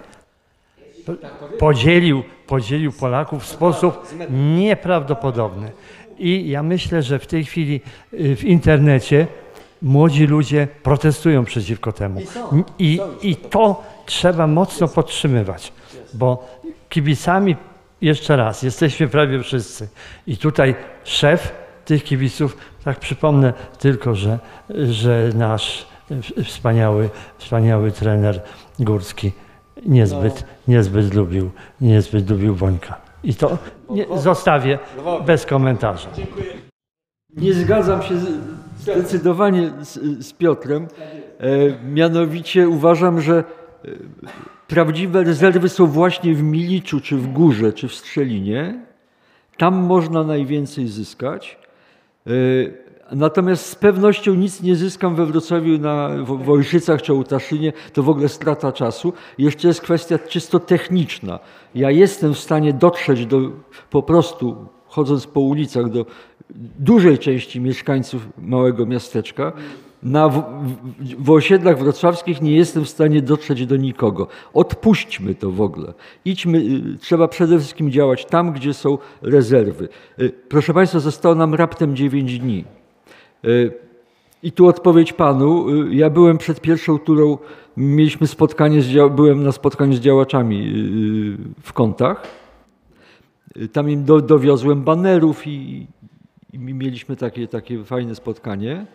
Podzielił Polaków w sposób nieprawdopodobny. I ja myślę, że w tej chwili w internecie młodzi ludzie protestują przeciwko temu. I to trzeba mocno podtrzymywać, bo kibicami, jeszcze raz, jesteśmy prawie wszyscy. I tutaj szef tych kibiców, tak przypomnę tylko, że nasz wspaniały trener Górski niezbyt lubił Bońka. I to zostawię bez komentarza. Nie zgadzam się zdecydowanie z Piotrem. Mianowicie uważam, że prawdziwe rezerwy są właśnie w Miliczu, czy w Górze, czy w Strzelinie. Tam można najwięcej zyskać. Natomiast z pewnością nic nie zyskam we Wrocławiu, w Ojszycach czy Ołtaszynie. To w ogóle strata czasu. Jeszcze jest kwestia czysto techniczna. Ja jestem w stanie dotrzeć po prostu, chodząc po ulicach, do dużej części mieszkańców małego miasteczka. W osiedlach wrocławskich nie jestem w stanie dotrzeć do nikogo. Odpuśćmy to w ogóle. Trzeba przede wszystkim działać tam, gdzie są rezerwy. Proszę Państwa, zostało nam raptem 9 dni. I tu odpowiedź panu. Ja byłem przed pierwszą turą, byłem na spotkaniu z działaczami w Kątach. Tam im dowiozłem banerów i mieliśmy takie fajne spotkanie.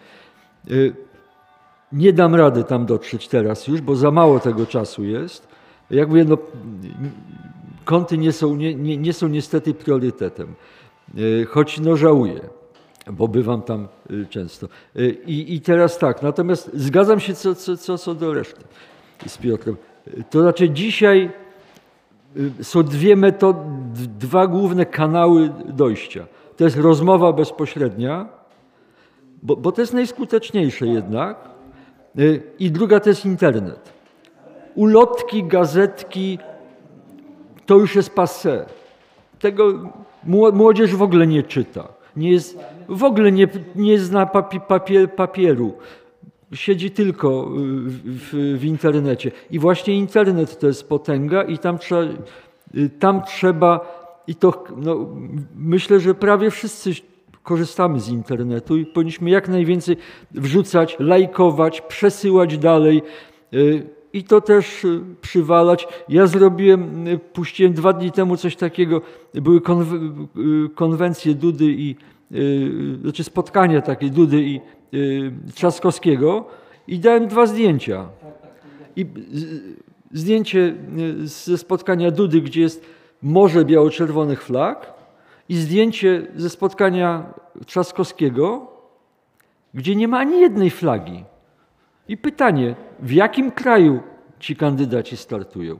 Nie dam rady tam dotrzeć teraz już, bo za mało tego czasu jest. Jak mówię, Kąty nie są niestety priorytetem, choć żałuję, bo bywam tam często. I teraz tak, natomiast zgadzam się co do reszty z Piotrem. To znaczy dzisiaj są dwa główne kanały dojścia. To jest rozmowa bezpośrednia, bo to jest najskuteczniejsze jednak. I druga to jest internet. Ulotki, gazetki, to już jest passé. Tego młodzież w ogóle nie czyta. W ogóle nie zna papieru. Siedzi tylko w internecie. I właśnie internet to jest potęga i tam trzeba i to myślę, że prawie wszyscy korzystamy z internetu i powinniśmy jak najwięcej wrzucać, lajkować, przesyłać dalej i to też przywalać. Ja puściłem 2 dni temu coś takiego, były konwencje Dudy znaczy spotkania takie Dudy i Trzaskowskiego i dałem 2 zdjęcia. I zdjęcie ze spotkania Dudy, gdzie jest morze biało-czerwonych flag i zdjęcie ze spotkania Trzaskowskiego, gdzie nie ma ani jednej flagi. I pytanie, w jakim kraju ci kandydaci startują?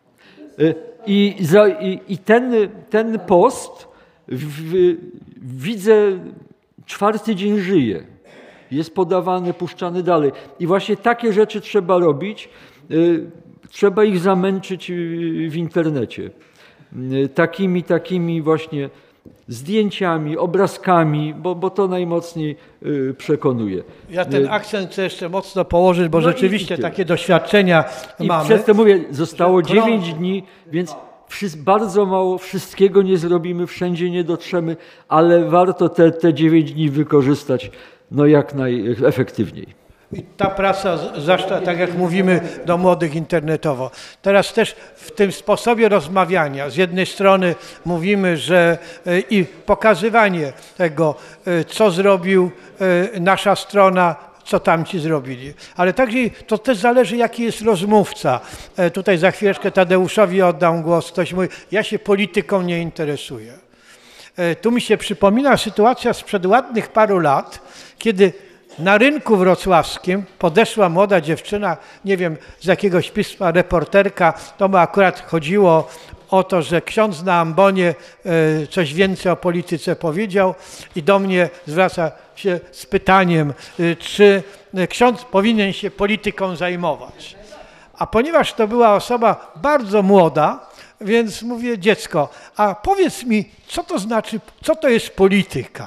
I ten post widzę 4. dzień żyje. Jest podawany, puszczany dalej. I właśnie takie rzeczy trzeba robić. Trzeba ich zamęczyć w internecie. Takimi właśnie zdjęciami, obrazkami, bo to najmocniej przekonuje. Ja ten akcent chcę jeszcze mocno położyć, bo rzeczywiście takie doświadczenia mamy. I przez to mówię, zostało 9 dni, więc bardzo mało, wszystkiego nie zrobimy, wszędzie nie dotrzemy, ale warto te 9 dni wykorzystać jak najefektywniej. I ta praca, zwłaszcza tak jak mówimy do młodych internetowo. Teraz też w tym sposobie rozmawiania, z jednej strony mówimy, że i pokazywanie tego, co zrobił nasza strona, co tamci zrobili. Ale także to też zależy, jaki jest rozmówca. Tutaj za chwileczkę Tadeuszowi oddam głos. Ktoś mówi, ja się polityką nie interesuję. Tu mi się przypomina sytuacja sprzed ładnych paru lat, kiedy na rynku wrocławskim podeszła młoda dziewczyna, nie wiem, z jakiegoś pisma, reporterka, to mu akurat chodziło o to, że ksiądz na ambonie coś więcej o polityce powiedział i do mnie zwraca się z pytaniem, czy ksiądz powinien się polityką zajmować. A ponieważ to była osoba bardzo młoda, więc mówię, dziecko, a powiedz mi, co to znaczy, co to jest polityka?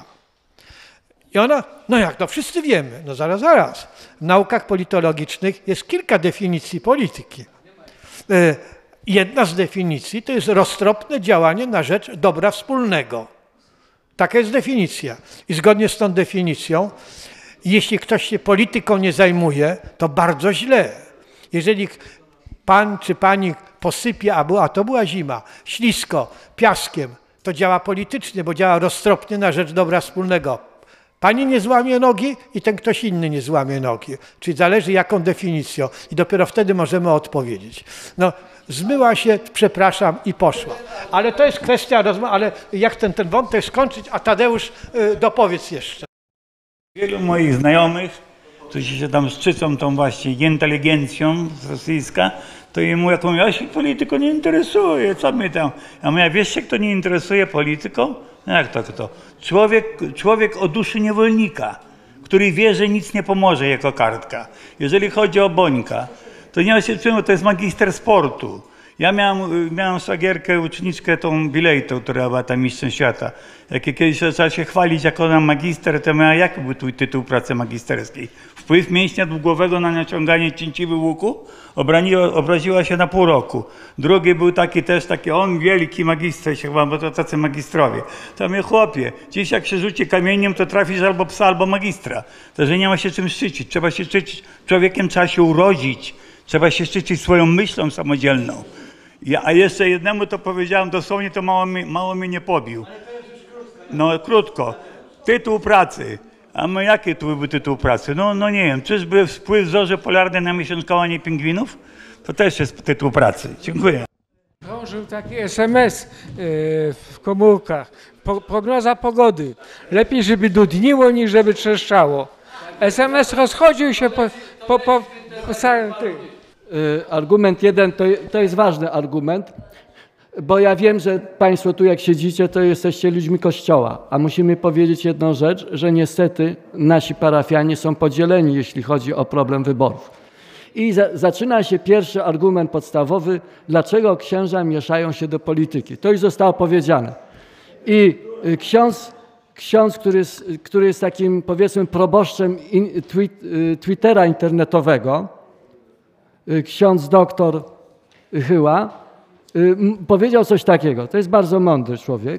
I ona, no jak to wszyscy wiemy, no zaraz. W naukach politologicznych jest kilka definicji polityki. Jedna z definicji to jest roztropne działanie na rzecz dobra wspólnego. Taka jest definicja. I zgodnie z tą definicją, jeśli ktoś się polityką nie zajmuje, to bardzo źle. Jeżeli pan czy pani posypie, a to była zima, ślisko, piaskiem, to działa politycznie, bo działa roztropnie na rzecz dobra wspólnego. Pani nie złamie nogi i ten ktoś inny nie złamie nogi. Czyli zależy jaką definicją i dopiero wtedy możemy odpowiedzieć. No, zmyła się, przepraszam i poszła. Ale to jest kwestia rozmowy, ale jak ten wątek skończyć, a Tadeusz dopowiedz jeszcze. Wielu moich znajomych, którzy się tam szczycą tą właśnie inteligencją z rosyjska, to im mówią, ja się polityką nie interesuję, co my tam? Ja mówię, wiesz się, kto nie interesuje polityką? No jak to kto? Człowiek o duszy niewolnika, który wie, że nic nie pomoże jako kartka. Jeżeli chodzi o Bońka, to nie ma się czym, to jest magister sportu. Ja miałem szwagierkę, uczniczkę tą Bilejtą, która była tam mistrzem świata. Jak kiedyś zaczęła się chwalić jako ona magister, to miała jaki był twój tytuł pracy magisterskiej? Wpływ mięśnia długowego na naciąganie cięciwy łuku? Obraziła się na pół roku. Drugi był taki, on wielki magister, się chyba, bo to tacy magistrowie. To mnie chłopie, dziś jak się rzuci kamieniem, to trafisz albo psa, albo magistra. Także nie ma się czym szczycić. Trzeba się szczycić, człowiekiem trzeba się urodzić. Trzeba się szczycić swoją myślą samodzielną. A jeszcze jednemu to powiedziałem dosłownie, to mało mnie nie pobił. No krótko. Tytuł pracy. A my jaki tu był tytuł pracy? No nie wiem. Czyżby wpływ zorzy polarnej na miesiączkowanie pingwinów? To też jest tytuł pracy. Dziękuję. Krążył taki SMS w komórkach. Prognoza pogody. Lepiej, żeby dudniło, niż żeby trzeszczało. SMS rozchodził się po całym tym. Argument jeden to jest ważny argument, bo ja wiem, że Państwo tu jak siedzicie, to jesteście ludźmi Kościoła, a musimy powiedzieć jedną rzecz, że niestety nasi parafianie są podzieleni, jeśli chodzi o problem wyborów. I zaczyna się pierwszy argument podstawowy, dlaczego księża mieszają się do polityki. To już zostało powiedziane. I ksiądz, który jest takim, powiedzmy, proboszczem Twittera internetowego, ksiądz doktor Chyła, powiedział coś takiego. To jest bardzo mądry człowiek.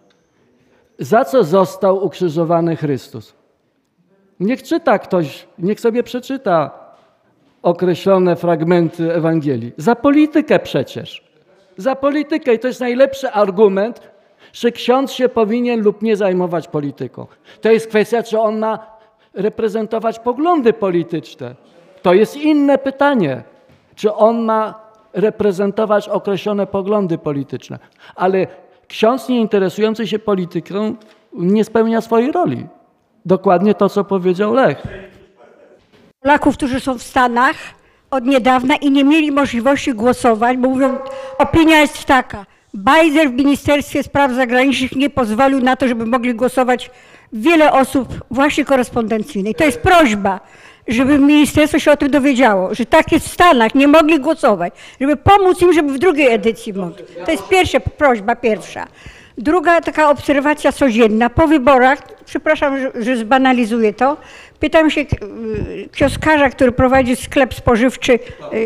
Za co został ukrzyżowany Chrystus? Niech czyta ktoś, niech sobie przeczyta określone fragmenty Ewangelii. Za politykę przecież. Za politykę. I to jest najlepszy argument, że ksiądz się powinien lub nie zajmować polityką. To jest kwestia, czy on ma reprezentować poglądy polityczne. To jest inne pytanie, czy on ma reprezentować określone poglądy polityczne. Ale ksiądz nie interesujący się polityką nie spełnia swojej roli. Dokładnie to, co powiedział Lech. Polaków, którzy są w Stanach od niedawna i nie mieli możliwości głosować, bo mówią, opinia jest taka. Bajzel w Ministerstwie Spraw Zagranicznych nie pozwolił na to, żeby mogli głosować wiele osób właśnie korespondencyjnej. To jest prośba, żeby ministerstwo się o tym dowiedziało, że tak jest w Stanach, nie mogli głosować, żeby pomóc im, żeby w drugiej edycji mogli. To jest prośba pierwsza. Druga taka obserwacja codzienna. Po wyborach, przepraszam, że zbanalizuję to, pytam się kioskarza, który prowadzi sklep spożywczy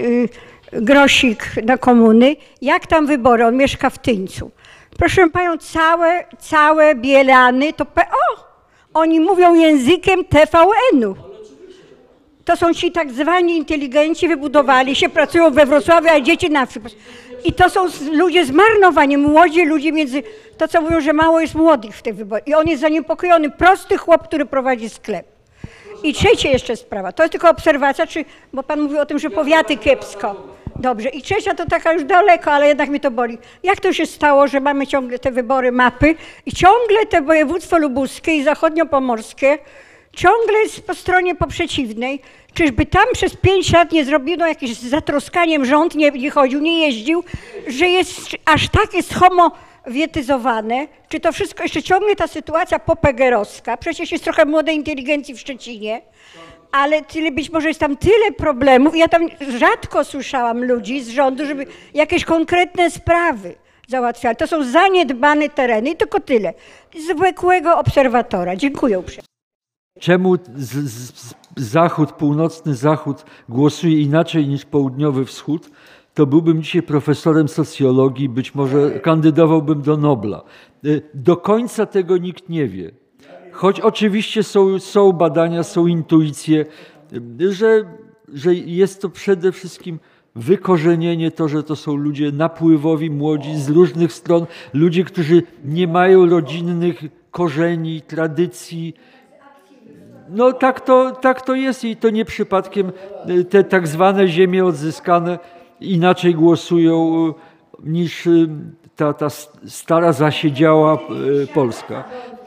Grosik na Komuny, jak tam wybory, on mieszka w Tyńcu. Proszę panią, całe Bielany to PO. Oni mówią językiem TVN-u. To są ci tak zwani inteligenci, wybudowali się, pracują we Wrocławiu, a dzieci na wsi. I to są ludzie zmarnowani, młodzi ludzie to co mówią, że mało jest młodych w tych wyborach. I on jest zaniepokojony, prosty chłop, który prowadzi sklep. I trzecia jeszcze sprawa, to jest tylko obserwacja, bo pan mówił o tym, że powiaty kiepsko. Dobrze. I trzecia to taka już daleko, ale jednak mnie to boli. Jak to się stało, że mamy ciągle te wybory, mapy i ciągle te województwo lubuskie i zachodniopomorskie ciągle jest po stronie poprzeciwnej. Czyżby tam przez 5 lat nie zrobiono jakieś zatroskaniem rząd, nie chodził, nie jeździł, że jest aż tak jest homowietyzowane? Czy to wszystko jeszcze ciągle ta sytuacja popegerowska? Przecież jest trochę młodej inteligencji w Szczecinie, ale być może jest tam tyle problemów. Ja tam rzadko słyszałam ludzi z rządu, żeby jakieś konkretne sprawy załatwiali. To są zaniedbane tereny i tylko tyle. Zwykłego obserwatora. Dziękuję uprzejmie. Czemu zachód, północny zachód głosuje inaczej niż południowy wschód, to byłbym dzisiaj profesorem socjologii, być może kandydowałbym do Nobla. Do końca tego nikt nie wie. Choć oczywiście są badania, są intuicje, że jest to przede wszystkim wykorzenienie, to, że to są ludzie napływowi, młodzi, z różnych stron, ludzie, którzy nie mają rodzinnych korzeni, tradycji. No tak to jest i to nie przypadkiem te tak zwane ziemie odzyskane inaczej głosują niż ta stara zasiedziała Polska.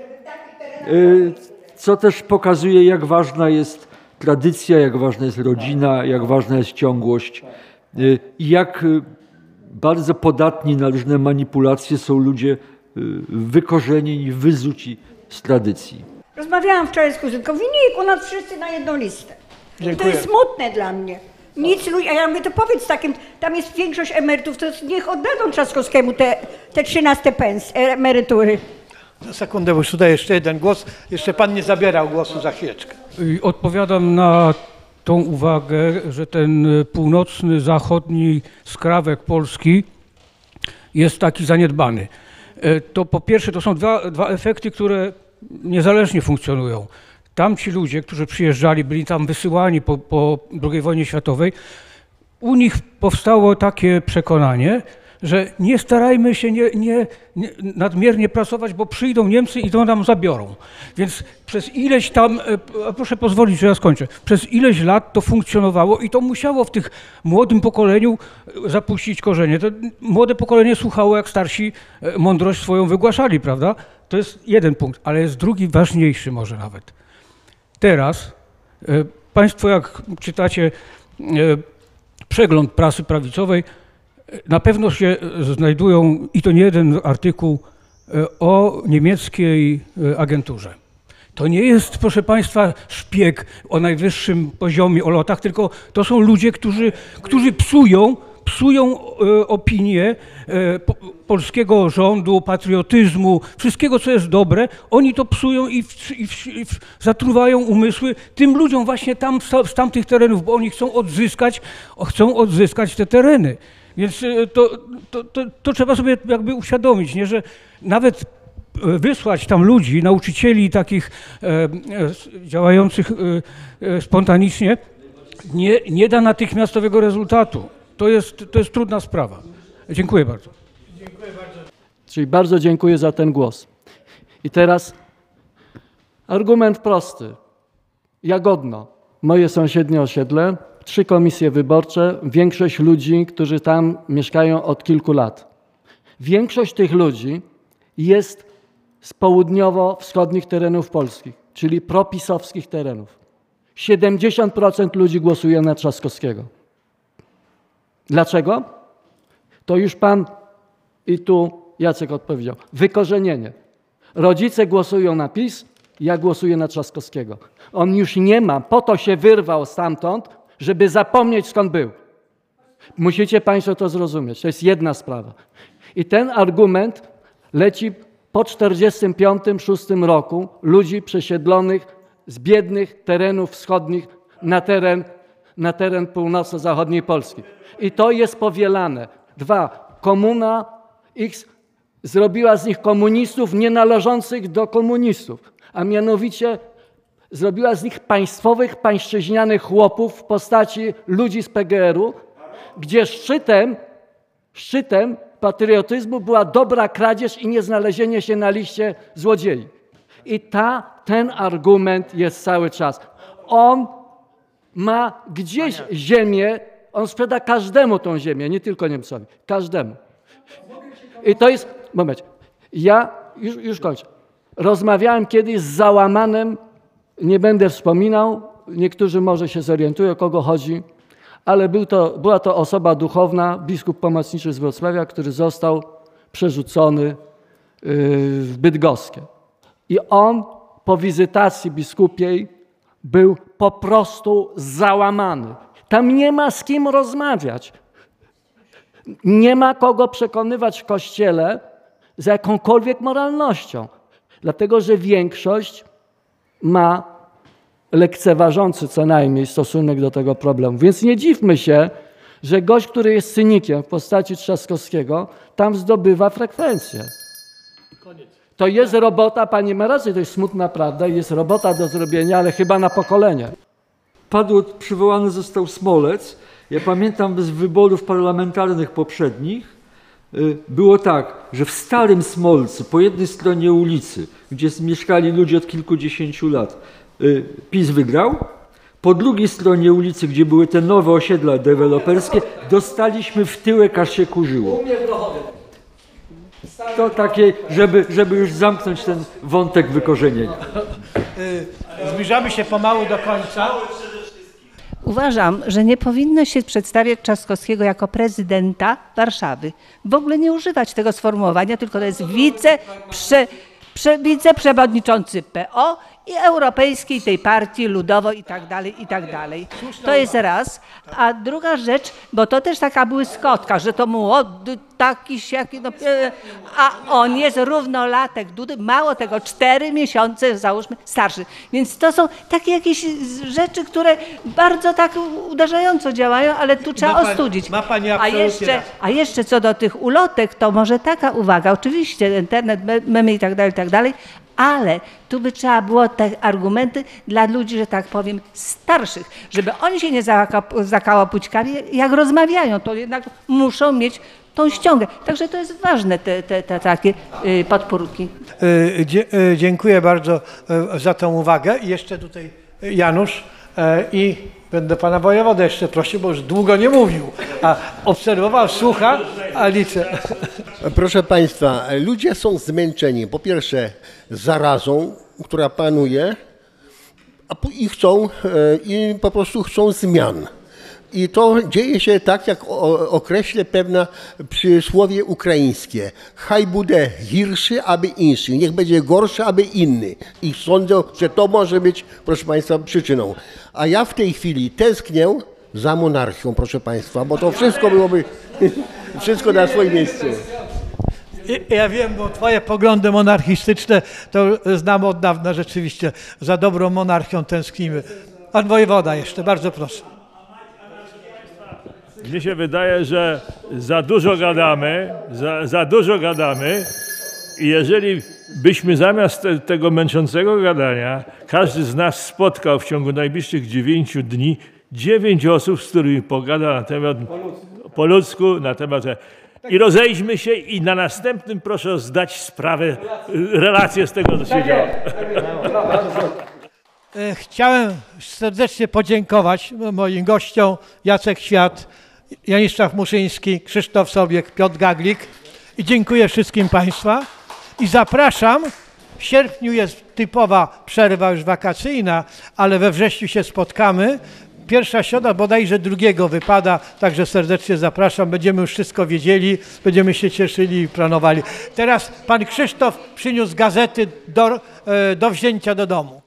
Co też pokazuje, jak ważna jest tradycja, jak ważna jest rodzina, jak ważna jest ciągłość i jak bardzo podatni na różne manipulacje są ludzie wykorzenieni, wyzuci z tradycji. Rozmawiałam wczoraj z kuzynką, u nas wszyscy na jedną listę. I to jest smutne dla mnie. Nic ludzi, a ja mówię, to powiedz takim, tam jest większość emerytów, to niech oddadzą Trzaskowskiemu te 13 emerytury. Za sekundę, bo już tutaj jeszcze jeden głos. Jeszcze pan nie zabierał głosu, za chwileczkę. Odpowiadam na tą uwagę, że ten północny, zachodni skrawek Polski jest taki zaniedbany. To po pierwsze, to są dwa efekty, które niezależnie funkcjonują. Tamci ludzie, którzy przyjeżdżali, byli tam wysyłani po II wojnie światowej, u nich powstało takie przekonanie, że nie starajmy się nadmiernie pracować, bo przyjdą Niemcy i to nam zabiorą. Więc przez ileś tam, proszę pozwolić, że ja skończę, przez ileś lat to funkcjonowało i to musiało w tych młodym pokoleniu zapuścić korzenie. To młode pokolenie słuchało, jak starsi mądrość swoją wygłaszali, prawda? To jest jeden punkt, ale jest drugi, ważniejszy może nawet. Teraz państwo, jak czytacie przegląd prasy prawicowej, na pewno się znajdują, i to nie jeden artykuł, o niemieckiej agenturze. To nie jest, proszę państwa, szpieg o najwyższym poziomie, o lotach, tylko to są ludzie, którzy psują opinię polskiego rządu, patriotyzmu, wszystkiego, co jest dobre. Oni to psują i zatruwają umysły tym ludziom właśnie tam, z tamtych terenów, bo oni chcą odzyskać te tereny. Więc to trzeba sobie jakby uświadomić, nie? Że nawet wysłać tam ludzi, nauczycieli takich działających spontanicznie, nie da natychmiastowego rezultatu. To jest trudna sprawa. Dziękuję bardzo. Dziękuję bardzo. Czyli bardzo dziękuję za ten głos. I teraz argument prosty. Jagodno, moje sąsiednie osiedle, 3 komisje wyborcze, większość ludzi, którzy tam mieszkają od kilku lat. Większość tych ludzi jest z południowo-wschodnich terenów polskich, czyli propisowskich terenów. 70% ludzi głosuje na Trzaskowskiego. Dlaczego? To już pan i tu Jacek odpowiedział. Wykorzenienie. Rodzice głosują na PiS, ja głosuję na Trzaskowskiego. On już nie ma, po to się wyrwał stamtąd, żeby zapomnieć, skąd był. Musicie państwo to zrozumieć. To jest jedna sprawa. I ten argument leci po 1945-1946 roku ludzi przesiedlonych z biednych terenów wschodnich na teren północno-zachodniej Polski. I to jest powielane. 2. Komuna X zrobiła z nich komunistów nie należących do komunistów, a mianowicie zrobiła z nich państwowych, pańszczyźnianych chłopów w postaci ludzi z PGR-u, gdzie szczytem patriotyzmu była dobra kradzież i nieznalezienie się na liście złodziei. I ten argument jest cały czas. On ma gdzieś ziemię, on sprzeda każdemu tą ziemię, nie tylko Niemcowi, każdemu. I to jest, moment, ja już kończę. Rozmawiałem kiedyś z Załamanem, nie będę wspominał, niektórzy może się zorientują, o kogo chodzi, ale była to osoba duchowna, biskup pomocniczy z Wrocławia, który został przerzucony w Bydgoskie. I on po wizytacji biskupiej był po prostu załamany. Tam nie ma z kim rozmawiać. Nie ma kogo przekonywać w Kościele za jakąkolwiek moralnością. Dlatego, że większość ma lekceważący co najmniej stosunek do tego problemu. Więc nie dziwmy się, że gość, który jest cynikiem w postaci Trzaskowskiego, tam zdobywa frekwencję. To jest robota, panie ma rację, to jest smutna prawda, jest robota do zrobienia, ale chyba na pokolenie. Przywołany został Smolec. Ja pamiętam z wyborów parlamentarnych poprzednich, było tak, że w Starym Smolcu, po jednej stronie ulicy, gdzie mieszkali ludzie od kilkudziesięciu lat, PiS wygrał. Po drugiej stronie ulicy, gdzie były te nowe osiedla deweloperskie, dostaliśmy w tyłek, aż się kurzyło. To takie, żeby już zamknąć ten wątek wykorzenienia. Zbliżamy się pomału do końca. Uważam, że nie powinno się przedstawiać Trzaskowskiego jako prezydenta Warszawy. W ogóle nie używać tego sformułowania, tylko to jest wiceprzewodniczący PO i europejskiej tej partii ludowo i tak dalej. To jest raz. A druga rzecz, bo to też taka błyskotka, że to młody, taki siaki, no, a on jest równolatek Dudy, mało tego, 4 miesiące załóżmy starszy. Więc to są takie jakieś rzeczy, które bardzo tak uderzająco działają, ale tu trzeba ostudzić. Ma pani a jeszcze co do tych ulotek, to może taka uwaga, oczywiście internet, memy i tak dalej, ale tu by trzeba było te argumenty dla ludzi, że tak powiem, starszych, żeby oni się nie zakałapućkali, jak rozmawiają, to jednak muszą mieć tą ściągę. Także to jest ważne, te takie podpórki. Dziękuję bardzo za tą uwagę. I jeszcze tutaj Janusz i będę pana wojewodę jeszcze prosił, bo już długo nie mówił, a obserwował, słucha, a liczę. Proszę państwa, ludzie są zmęczeni, po pierwsze zarazą, która panuje, i po prostu chcą zmian. I to dzieje się tak, jak określę pewne przysłowie ukraińskie. Haj bude gorszy, aby inszy. Niech będzie gorszy, aby inny. I sądzę, że to może być, proszę państwa, przyczyną. A ja w tej chwili tęsknię za monarchią, proszę państwa, bo to wszystko byłoby wszystko na swoim miejscu. Ja wiem, bo twoje poglądy monarchistyczne to znam od dawna rzeczywiście. Za dobrą monarchią tęsknimy. Pan wojewoda jeszcze, bardzo proszę. Mnie się wydaje, że za dużo gadamy i jeżeli byśmy zamiast tego męczącego gadania, każdy z nas spotkał w ciągu najbliższych 9 dni 9 osób, z którymi pogada na temat po ludzku, na temat... I rozejdźmy się i na następnym proszę zdać sprawę, relację z tego, co się działo. Chciałem serdecznie podziękować moim gościom Jacek Świat, Janisław Muszyński, Krzysztof Sobiek, Piotr Gaglik i dziękuję wszystkim państwa i zapraszam. W sierpniu jest typowa przerwa już wakacyjna, ale we wrześniu się spotkamy. Pierwsza środa bodajże 2 wypada, także serdecznie zapraszam. Będziemy już wszystko wiedzieli, będziemy się cieszyli i planowali. Teraz pan Krzysztof przyniósł gazety do wzięcia do domu.